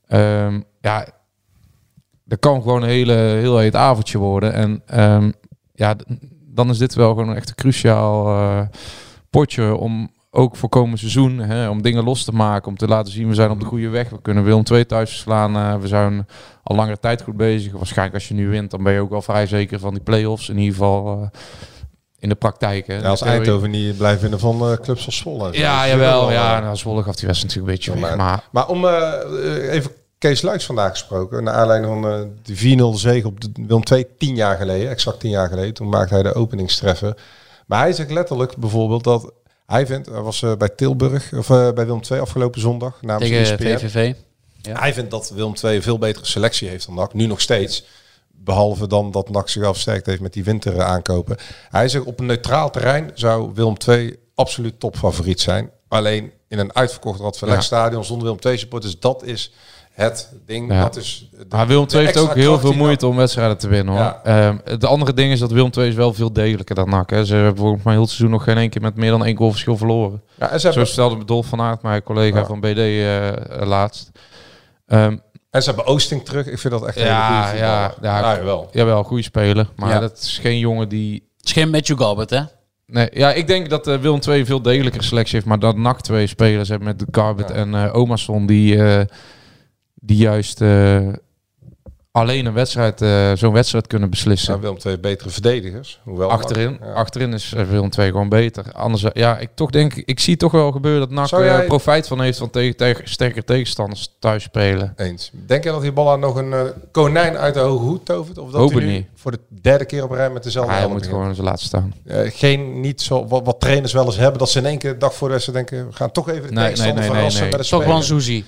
Speaker 2: dat kan gewoon een heel heet avondje worden. En dan is dit wel gewoon echt een cruciaal potje om ook voor komend seizoen, om dingen los te maken, om te laten zien we zijn op de goede weg. We kunnen Willem II thuis verslaan. We zijn al langere tijd goed bezig. Waarschijnlijk als je nu wint, dan ben je ook wel vrij zeker van die play-offs. In ieder geval in de praktijk. Hè.
Speaker 8: Ja, als Eindhoven niet blijft winnen van clubs als Zwolle.
Speaker 2: Ja, jawel. Ja, Zwolle gaf die wedstrijd natuurlijk een beetje weg.
Speaker 8: Maar om even... Kees Luijks vandaag gesproken. Naar aanleiding van die 4-0 zege op Willem II 10 jaar geleden. Exact 10 jaar geleden. Toen maakte hij de openingstreffer. Maar hij zegt letterlijk bijvoorbeeld dat hij vindt... Hij was bij Tilburg of bij Willem II afgelopen zondag.
Speaker 7: Tegen VVV.
Speaker 8: Ja. Hij vindt dat Willem II een veel betere selectie heeft dan NAC. Nu nog steeds. Behalve dan dat NAC zich al versterkt heeft met die winter aankopen. Hij zegt op een neutraal terrein zou Willem II absoluut topfavoriet zijn. Alleen in een uitverkocht Radverleg stadion zonder Willem II supporters. Dat is... het ding, dat is...
Speaker 2: Maar Willem II heeft ook heel veel moeite om wedstrijden te winnen, hoor. Ja. De andere ding is dat Willem II is wel veel degelijker dan NAC. Hè. Ze hebben volgens mij heel het seizoen nog geen één keer met meer dan 1 goal verschil verloren. Ja, en zo stelde Dolf van Aert, mijn collega van BD, laatst.
Speaker 8: En ze hebben Oosting terug. Ik vind dat echt een hele goede voetballer.
Speaker 2: Jawel, goede speler. Maar dat is geen jongen die...
Speaker 7: Het is geen Matthew Garbett, hè?
Speaker 2: Nee, ja, ik denk dat Willem II een veel degelijker selectie heeft. Maar dat NAC 2 spelers hebben met de Garbett en Omarsson die juist alleen een wedstrijd, zo'n wedstrijd kunnen beslissen.
Speaker 8: Willem II betere verdedigers. Hoewel
Speaker 2: achterin is Willem II gewoon beter. Anders, ik zie toch wel gebeuren dat NAC profijt van heeft van sterke tegenstanders thuis spelen.
Speaker 8: Eens. Denk je dat die Bolla nog een konijn uit de hoge hoed tovert? Of dat hij nu
Speaker 2: niet.
Speaker 8: Voor de derde keer op rij met dezelfde
Speaker 2: Hij moet gewoon zijn laatste staan.
Speaker 8: Niet zo wat trainers wel eens hebben, dat ze in één keer de dag voor de wedstrijd denken, we gaan toch even de tegenstander verrassen met een speler.
Speaker 7: Toch Banzuzi.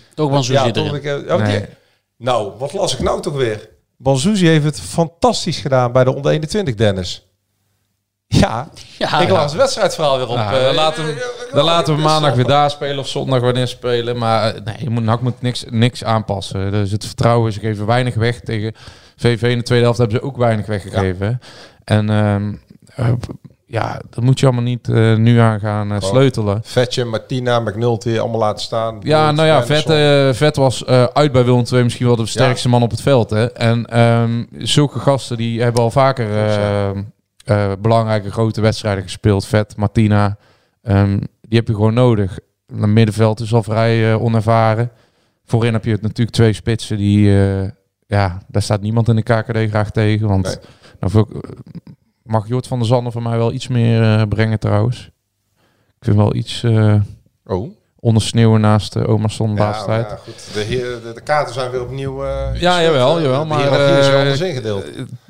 Speaker 8: Nou, wat las ik nou toch weer? Banzuzi heeft het fantastisch gedaan bij de onder 21, Dennis. Ja, ik las het wedstrijdverhaal weer op.
Speaker 2: Dan laten we maandag weer daar spelen of zondag wanneer spelen. Maar NAC moet niks aanpassen. Dus het vertrouwen, ze geven weinig weg tegen VV. In de tweede helft hebben ze ook weinig weggegeven. Ja. En dat moet je allemaal niet nu aan gaan sleutelen.
Speaker 8: Vetje, Martina, McNulty, allemaal laten staan.
Speaker 2: Ja, Vet was uit bij Willem II misschien wel de sterkste man op het veld. Hè? En zulke gasten die hebben al vaker belangrijke grote wedstrijden gespeeld. Vet, Martina, die heb je gewoon nodig. Het middenveld is al vrij onervaren. Voorin heb je natuurlijk 2 spitsen die... daar staat niemand in de KKD graag tegen. Want mag Jort van der Zanden voor mij wel iets meer brengen trouwens. Ik vind wel iets ondersneeuwen naast Omarsson de laatste tijd.
Speaker 8: Ja, goed. De kaarten zijn weer opnieuw...
Speaker 2: jawel. Maar
Speaker 8: is wel anders ingedeeld.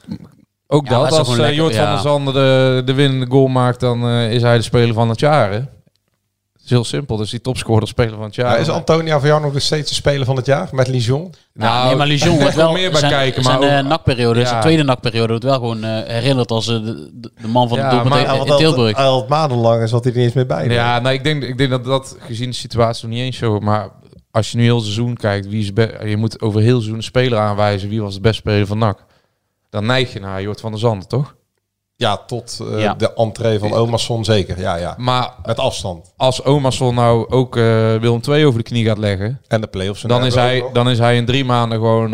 Speaker 2: Ook dat, als Jort van der Zanden de winnende goal maakt, dan is hij de speler van het jaar. Hè? Het is heel simpel. Dus die topscorer speler van het jaar.
Speaker 8: Is Antonia voor jou nog steeds de speler van het jaar met Lijon?
Speaker 7: Nee, maar Lijon wordt wel
Speaker 2: meer bij kijken. Maar
Speaker 7: zijn NAC-periode, zijn tweede NAC-periode, wordt wel gewoon herinnerd als de man van de doelpunt in Tilburg.
Speaker 8: Hij had maandenlang en zat hij er niet eens meer bij.
Speaker 2: Ja, ik denk dat gezien de situatie nog niet eens zo. Maar als je nu heel seizoen kijkt, je moet over heel seizoen een speler aanwijzen. Wie was de beste speler van NAC? Dan neig je naar Jort van der Zanden, toch?
Speaker 8: Ja, tot de entree van Omarsson zeker. Ja.
Speaker 2: Maar
Speaker 8: met afstand.
Speaker 2: Als Omarsson nou ook Willem II over de knie gaat leggen...
Speaker 8: En de play-offs.
Speaker 2: Dan is hij in 3 maanden gewoon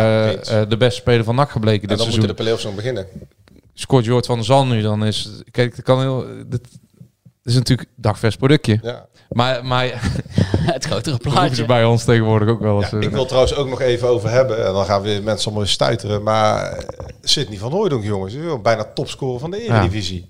Speaker 2: de beste speler van NAC gebleken dit seizoen.
Speaker 8: Dan moeten de play-offs nog beginnen.
Speaker 2: Scoort Jort van der Zanden nu, dan is... Kijk, het kan heel... Dit is natuurlijk een dagvers productje.
Speaker 8: Ja.
Speaker 7: Maar het grotere plaatje.
Speaker 2: Ze bij ons tegenwoordig ook wel eens.
Speaker 8: Ik wil trouwens ook nog even over hebben. En dan gaan we mensen allemaal weer stuiteren. Maar Sidney van Hooijdonk, jongens. Bijna topscorer van de Eredivisie.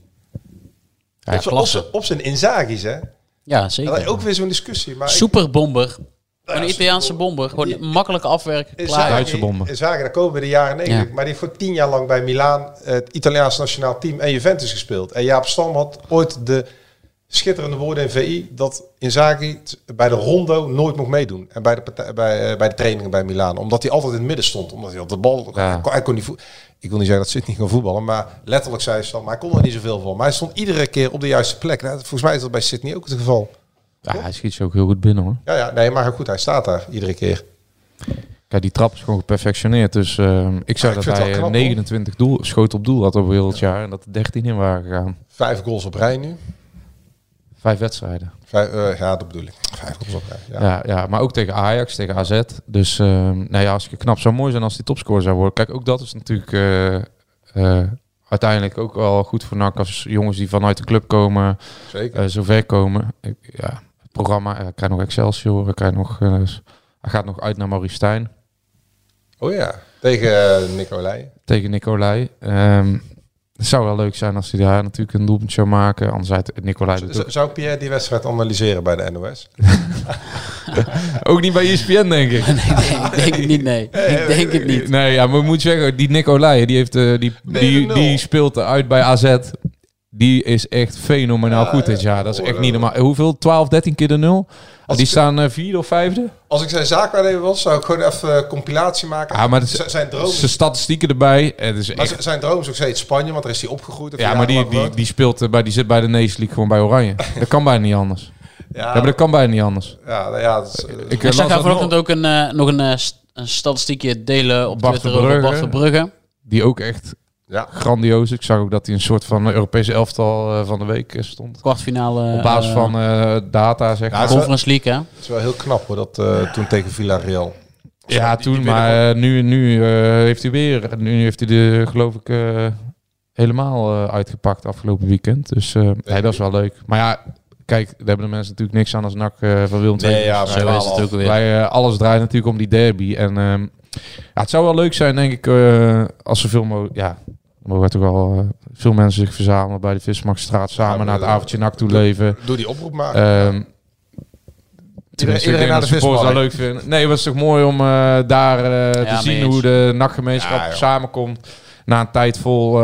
Speaker 8: Ja, op zijn Inzagi's, hè?
Speaker 7: Ja, zeker.
Speaker 8: Ook weer zo'n discussie. Maar
Speaker 7: Superbomber. Een Italiaanse bomber. Gewoon makkelijk afwerken.
Speaker 2: Duitse bomber.
Speaker 8: Inzaghi, daar komen we de jaren 90. Ja. Maar die heeft voor 10 jaar lang bij Milaan, het Italiaans nationaal team en Juventus gespeeld. En Jaap Stam had ooit de schitterende woorden in VI dat Inzaghi bij de rondo nooit mocht meedoen. En bij de trainingen bij Milaan. Omdat hij altijd in het midden stond. Omdat hij op de bal... Ja. Hij kon niet ik wil niet zeggen dat Sidney niet kan voetballen. Maar letterlijk zei ze dan. Maar hij kon er niet zoveel van. Maar hij stond iedere keer op de juiste plek. Nou, volgens mij is dat bij Sidney ook het geval.
Speaker 2: Ja, hij schiet ze ook heel goed binnen, hoor.
Speaker 8: Ja, nee, maar goed. Hij staat daar iedere keer.
Speaker 2: Kijk, die trap is gewoon geperfectioneerd. Dus ik zag dat hij knap, 29 schoten op doel had over heel het jaar. En dat er 13 in waren gegaan.
Speaker 8: 5 goals op rij nu.
Speaker 2: 5 wedstrijden.
Speaker 8: Ja, dat bedoel ik. 5 goals op rij.
Speaker 2: Ja, maar ook tegen Ajax, tegen AZ. Dus als je knap zou mooi zijn als die topscorer zou worden. Kijk, ook dat is natuurlijk uiteindelijk ook wel goed voor NAC als jongens die vanuit de club komen.
Speaker 8: Zeker.
Speaker 2: Zo ver komen. Het programma, hij krijgt nog Excelsior, hij gaat nog uit naar Maurice Stijn.
Speaker 8: Oh ja, tegen Nicolai.
Speaker 2: Tegen Nicolai. Het zou wel leuk zijn als hij daar natuurlijk een doelpunt zou maken. Anders uit Nicolai.
Speaker 8: Zou Pierre die wedstrijd analyseren bij de NOS?
Speaker 2: Ook niet bij ESPN, denk ik.
Speaker 7: Nee, ik denk het niet, nee. Ik denk het niet.
Speaker 2: Nee, ja, maar we moeten zeggen, die Nicolai, die speelt uit bij AZ. Die is echt fenomenaal goed dit jaar. Dat is echt niet normaal. Hoeveel? 12, 13 keer de 0? Die staan 4e of 5e?
Speaker 8: Als ik zijn zaakwaarnemer was, zou ik gewoon even een compilatie maken.
Speaker 2: Ja, maar
Speaker 8: zijn droom is...
Speaker 2: Zijn statistieken erbij. Het is echt...
Speaker 8: Zijn droom is ook steeds Spanje, want daar is hij opgegroeid.
Speaker 2: Ja, maar die speelt die zit bij de Nations League gewoon bij Oranje. Dat kan bijna niet anders. Ja, maar dat kan bijna niet anders.
Speaker 7: Ik zag daar vanochtend ook nog een statistiekje delen op Twitter over Bart Verbrugge.
Speaker 2: Die ook echt... Ja, grandioos. Ik zag ook dat hij een soort van Europese elftal van de week stond.
Speaker 7: Kwartfinale.
Speaker 2: Op basis van data, zeg maar.
Speaker 7: Conference League, hè?
Speaker 8: Het is wel heel knap, hoor, dat toen tegen Villarreal.
Speaker 2: Ja, toen, maar nu heeft hij weer... Nu heeft hij de, geloof ik, helemaal uitgepakt afgelopen weekend. Dus dat is wel leuk. Maar ja, kijk, daar hebben de mensen natuurlijk niks aan als NAC van Willem II.
Speaker 7: Nee, ja, zo is het ook weer.
Speaker 2: Alles draait natuurlijk om die derby. En het zou wel leuk zijn, denk ik, als er veel mogelijk... Ja, er mogen toch wel veel mensen zich verzamelen bij de Vismarktstraat. Samen naar het avondje NAC toe leven.
Speaker 8: Doe die oproep maken. Iedereen naar de Vismarkt
Speaker 2: dat leuk vinden. Nee, het was toch mooi om daar te zien hoe de NAC-gemeenschap samenkomt. Na een tijd vol...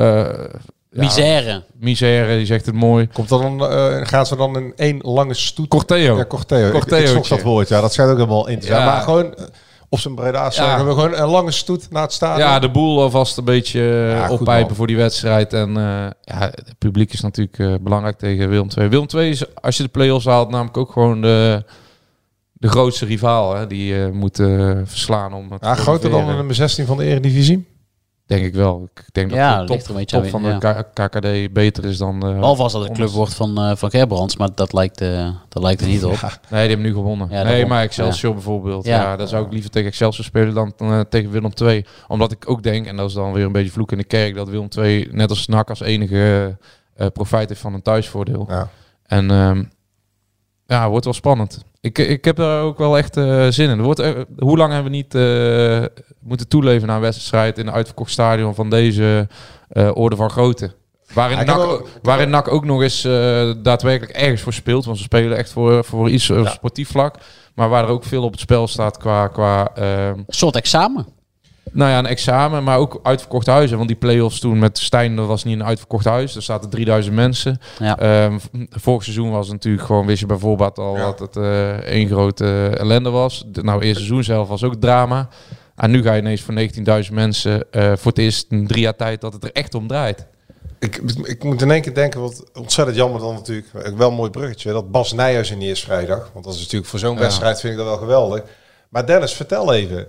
Speaker 2: Misère, die zegt het mooi.
Speaker 8: Komt dan, gaan ze dan in één lange stoet?
Speaker 2: Corteo.
Speaker 8: Ja, corteo. Ik zocht dat woord, ja. Dat schijnt ook helemaal in te zijn. Maar gewoon... Op zijn Breda zeggen we gewoon een lange stoet naar het stadion.
Speaker 2: Ja, de boel alvast een beetje oppijpen voor die wedstrijd. En het publiek is natuurlijk belangrijk tegen Willem II. Willem II is, als je de play-offs haalt, namelijk ook gewoon de grootste rivaal. Hè, die je moet verslaan. Om het
Speaker 8: groter dan de nummer 16 van de Eredivisie?
Speaker 2: Denk ik wel. Ik denk dat de top van de KKD beter is dan...
Speaker 7: Alvast dat het club wordt van Gerbrands, maar dat lijkt er niet op.
Speaker 2: Ja. Nee, die hebben nu gewonnen. Ja, maar Excelsior bijvoorbeeld. Ja, dan zou ik liever tegen Excelsior spelen dan tegen Willem II. Omdat ik ook denk, en dat is dan weer een beetje vloek in de kerk, dat Willem II net als NAC als enige profijt heeft van een thuisvoordeel. Ja. En wordt wel spannend. Ik heb er ook wel echt zin in. Hoe lang hebben we niet moeten toeleven naar een wedstrijd in een uitverkocht stadion van deze orde van grootte? Waarin NAC ook nog eens daadwerkelijk ergens voor speelt. Want ze spelen echt voor iets sportief vlak. Maar waar er ook veel op het spel staat qua
Speaker 7: een soort examen.
Speaker 2: Nou ja, een examen, maar ook uitverkochte huizen. Want die play-offs toen met Stijn, dat was niet een uitverkocht huis. Er zaten 3000 mensen. Ja. Vorig seizoen was het natuurlijk gewoon, wist je bijvoorbeeld al dat het één grote ellende was. Eerste seizoen zelf was ook drama. En nu ga je ineens voor 19.000 mensen voor het eerst in 3 jaar tijd dat het er echt om draait.
Speaker 8: Ik moet in één keer denken, wat ontzettend jammer dan natuurlijk, wel een mooi bruggetje, dat Bas Nijhuis er niet is vrijdag. Want dat is natuurlijk voor zo'n wedstrijd vind ik dat wel geweldig. Maar Dennis, vertel even.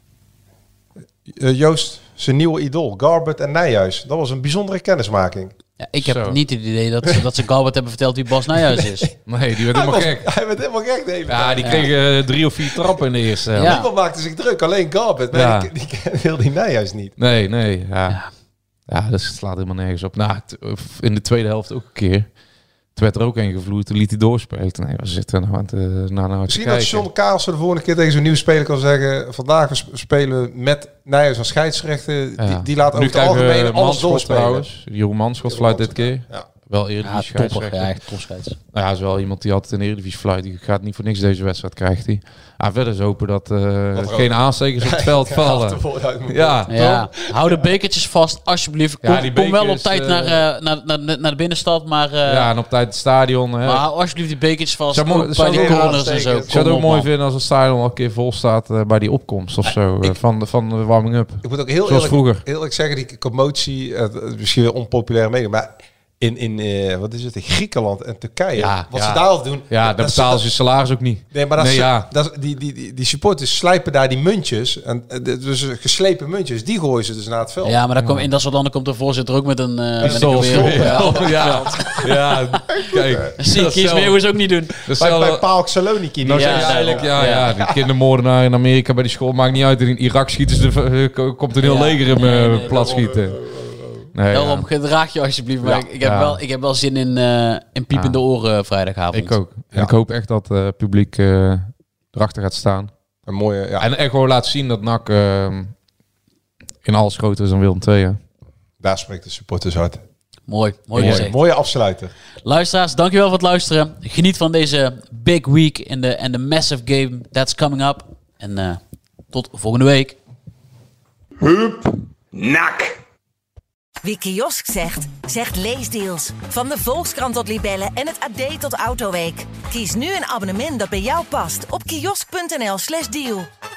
Speaker 8: Joost, zijn nieuwe idool, Garbert en Nijhuis. Dat was een bijzondere kennismaking.
Speaker 7: Ja, ik heb niet het idee dat ze Garbert hebben verteld wie Bas Nijhuis is.
Speaker 2: Nee, die werd helemaal gek.
Speaker 8: Hij werd helemaal gek. David.
Speaker 2: Ja, die kreeg 3 of 4 trappen in de eerste helft.
Speaker 8: Niemand maakte zich druk, alleen Garbert. Maar die wil die Nijhuis niet.
Speaker 2: Nee. Ja, dat slaat helemaal nergens op. Nou, in de tweede helft ook een keer. Toen werd er ook een gevloerd, toen liet hij doorspelen. Nee, we zitten nou aan het
Speaker 8: Misschien dat John Kaas de volgende keer tegen zo'n nieuwe speler kan zeggen, vandaag we spelen met Nijhuis als scheidsrechter. Die laat over het algemeen alles doorspelen.
Speaker 2: Trouwens. Jeroen Manschot fluit dit keer.
Speaker 8: Ja.
Speaker 2: Wel Eredivisie scheidsrechter.
Speaker 7: Ja, echt topscheids.
Speaker 2: Nou ja, is wel iemand die altijd in de Eredivisie fluit. Die gaat niet voor niks deze wedstrijd, krijgt hij. Verder is hopen dat geen aanstekers op het veld vallen.
Speaker 7: Ja. Hou de bekertjes vast, alsjeblieft. Kom wel op tijd naar de binnenstad. Maar,
Speaker 2: en op tijd het stadion.
Speaker 7: Maar hou alsjeblieft die bekertjes vast. Bij die corners en zo.
Speaker 2: Ik zou het ook mooi vinden als het stadion al een keer vol staat bij die opkomst of zo. Van de warming-up.
Speaker 8: Ik moet ook heel eerlijk zeggen, die commotie, misschien weer onpopulair mening, maar... In wat is het, in Griekenland en Turkije. Wat ze daar al doen.
Speaker 2: Ja, daar betalen ze je salaris ook niet.
Speaker 8: Nee, maar die supporters slijpen daar die muntjes. En dus geslepen muntjes, die gooien ze dus naar het veld.
Speaker 7: Ja, maar dan in dat soort landen komt de voorzitter ook met een kijk. Zie Kies Meeuwis ook niet doen.
Speaker 8: Bij PAOK Saloniki.
Speaker 2: Die kindermoordenaar in Amerika bij die school maakt niet uit. In Irak schieten ze, komt een heel leger in plat schieten.
Speaker 7: Daarom gedraag je alsjeblieft. Maar ik heb wel zin in piep in de oren vrijdagavond.
Speaker 2: Ik ook. En ik hoop echt dat het publiek erachter gaat staan.
Speaker 8: Een mooie,
Speaker 2: en gewoon laten zien dat NAC in alles groter is dan Willem II.
Speaker 8: Daar spreekt de supporters uit.
Speaker 7: Mooi gezegd.
Speaker 8: Mooie afsluiter.
Speaker 7: Luisteraars, dankjewel voor het luisteren. Geniet van deze big week en de massive game that's coming up. En tot volgende week.
Speaker 4: Hup, NAC.
Speaker 1: Wie kiosk zegt leesdeals. Van de Volkskrant tot Libellen en het AD tot Autoweek. Kies nu een abonnement dat bij jou past op kiosk.nl/deal.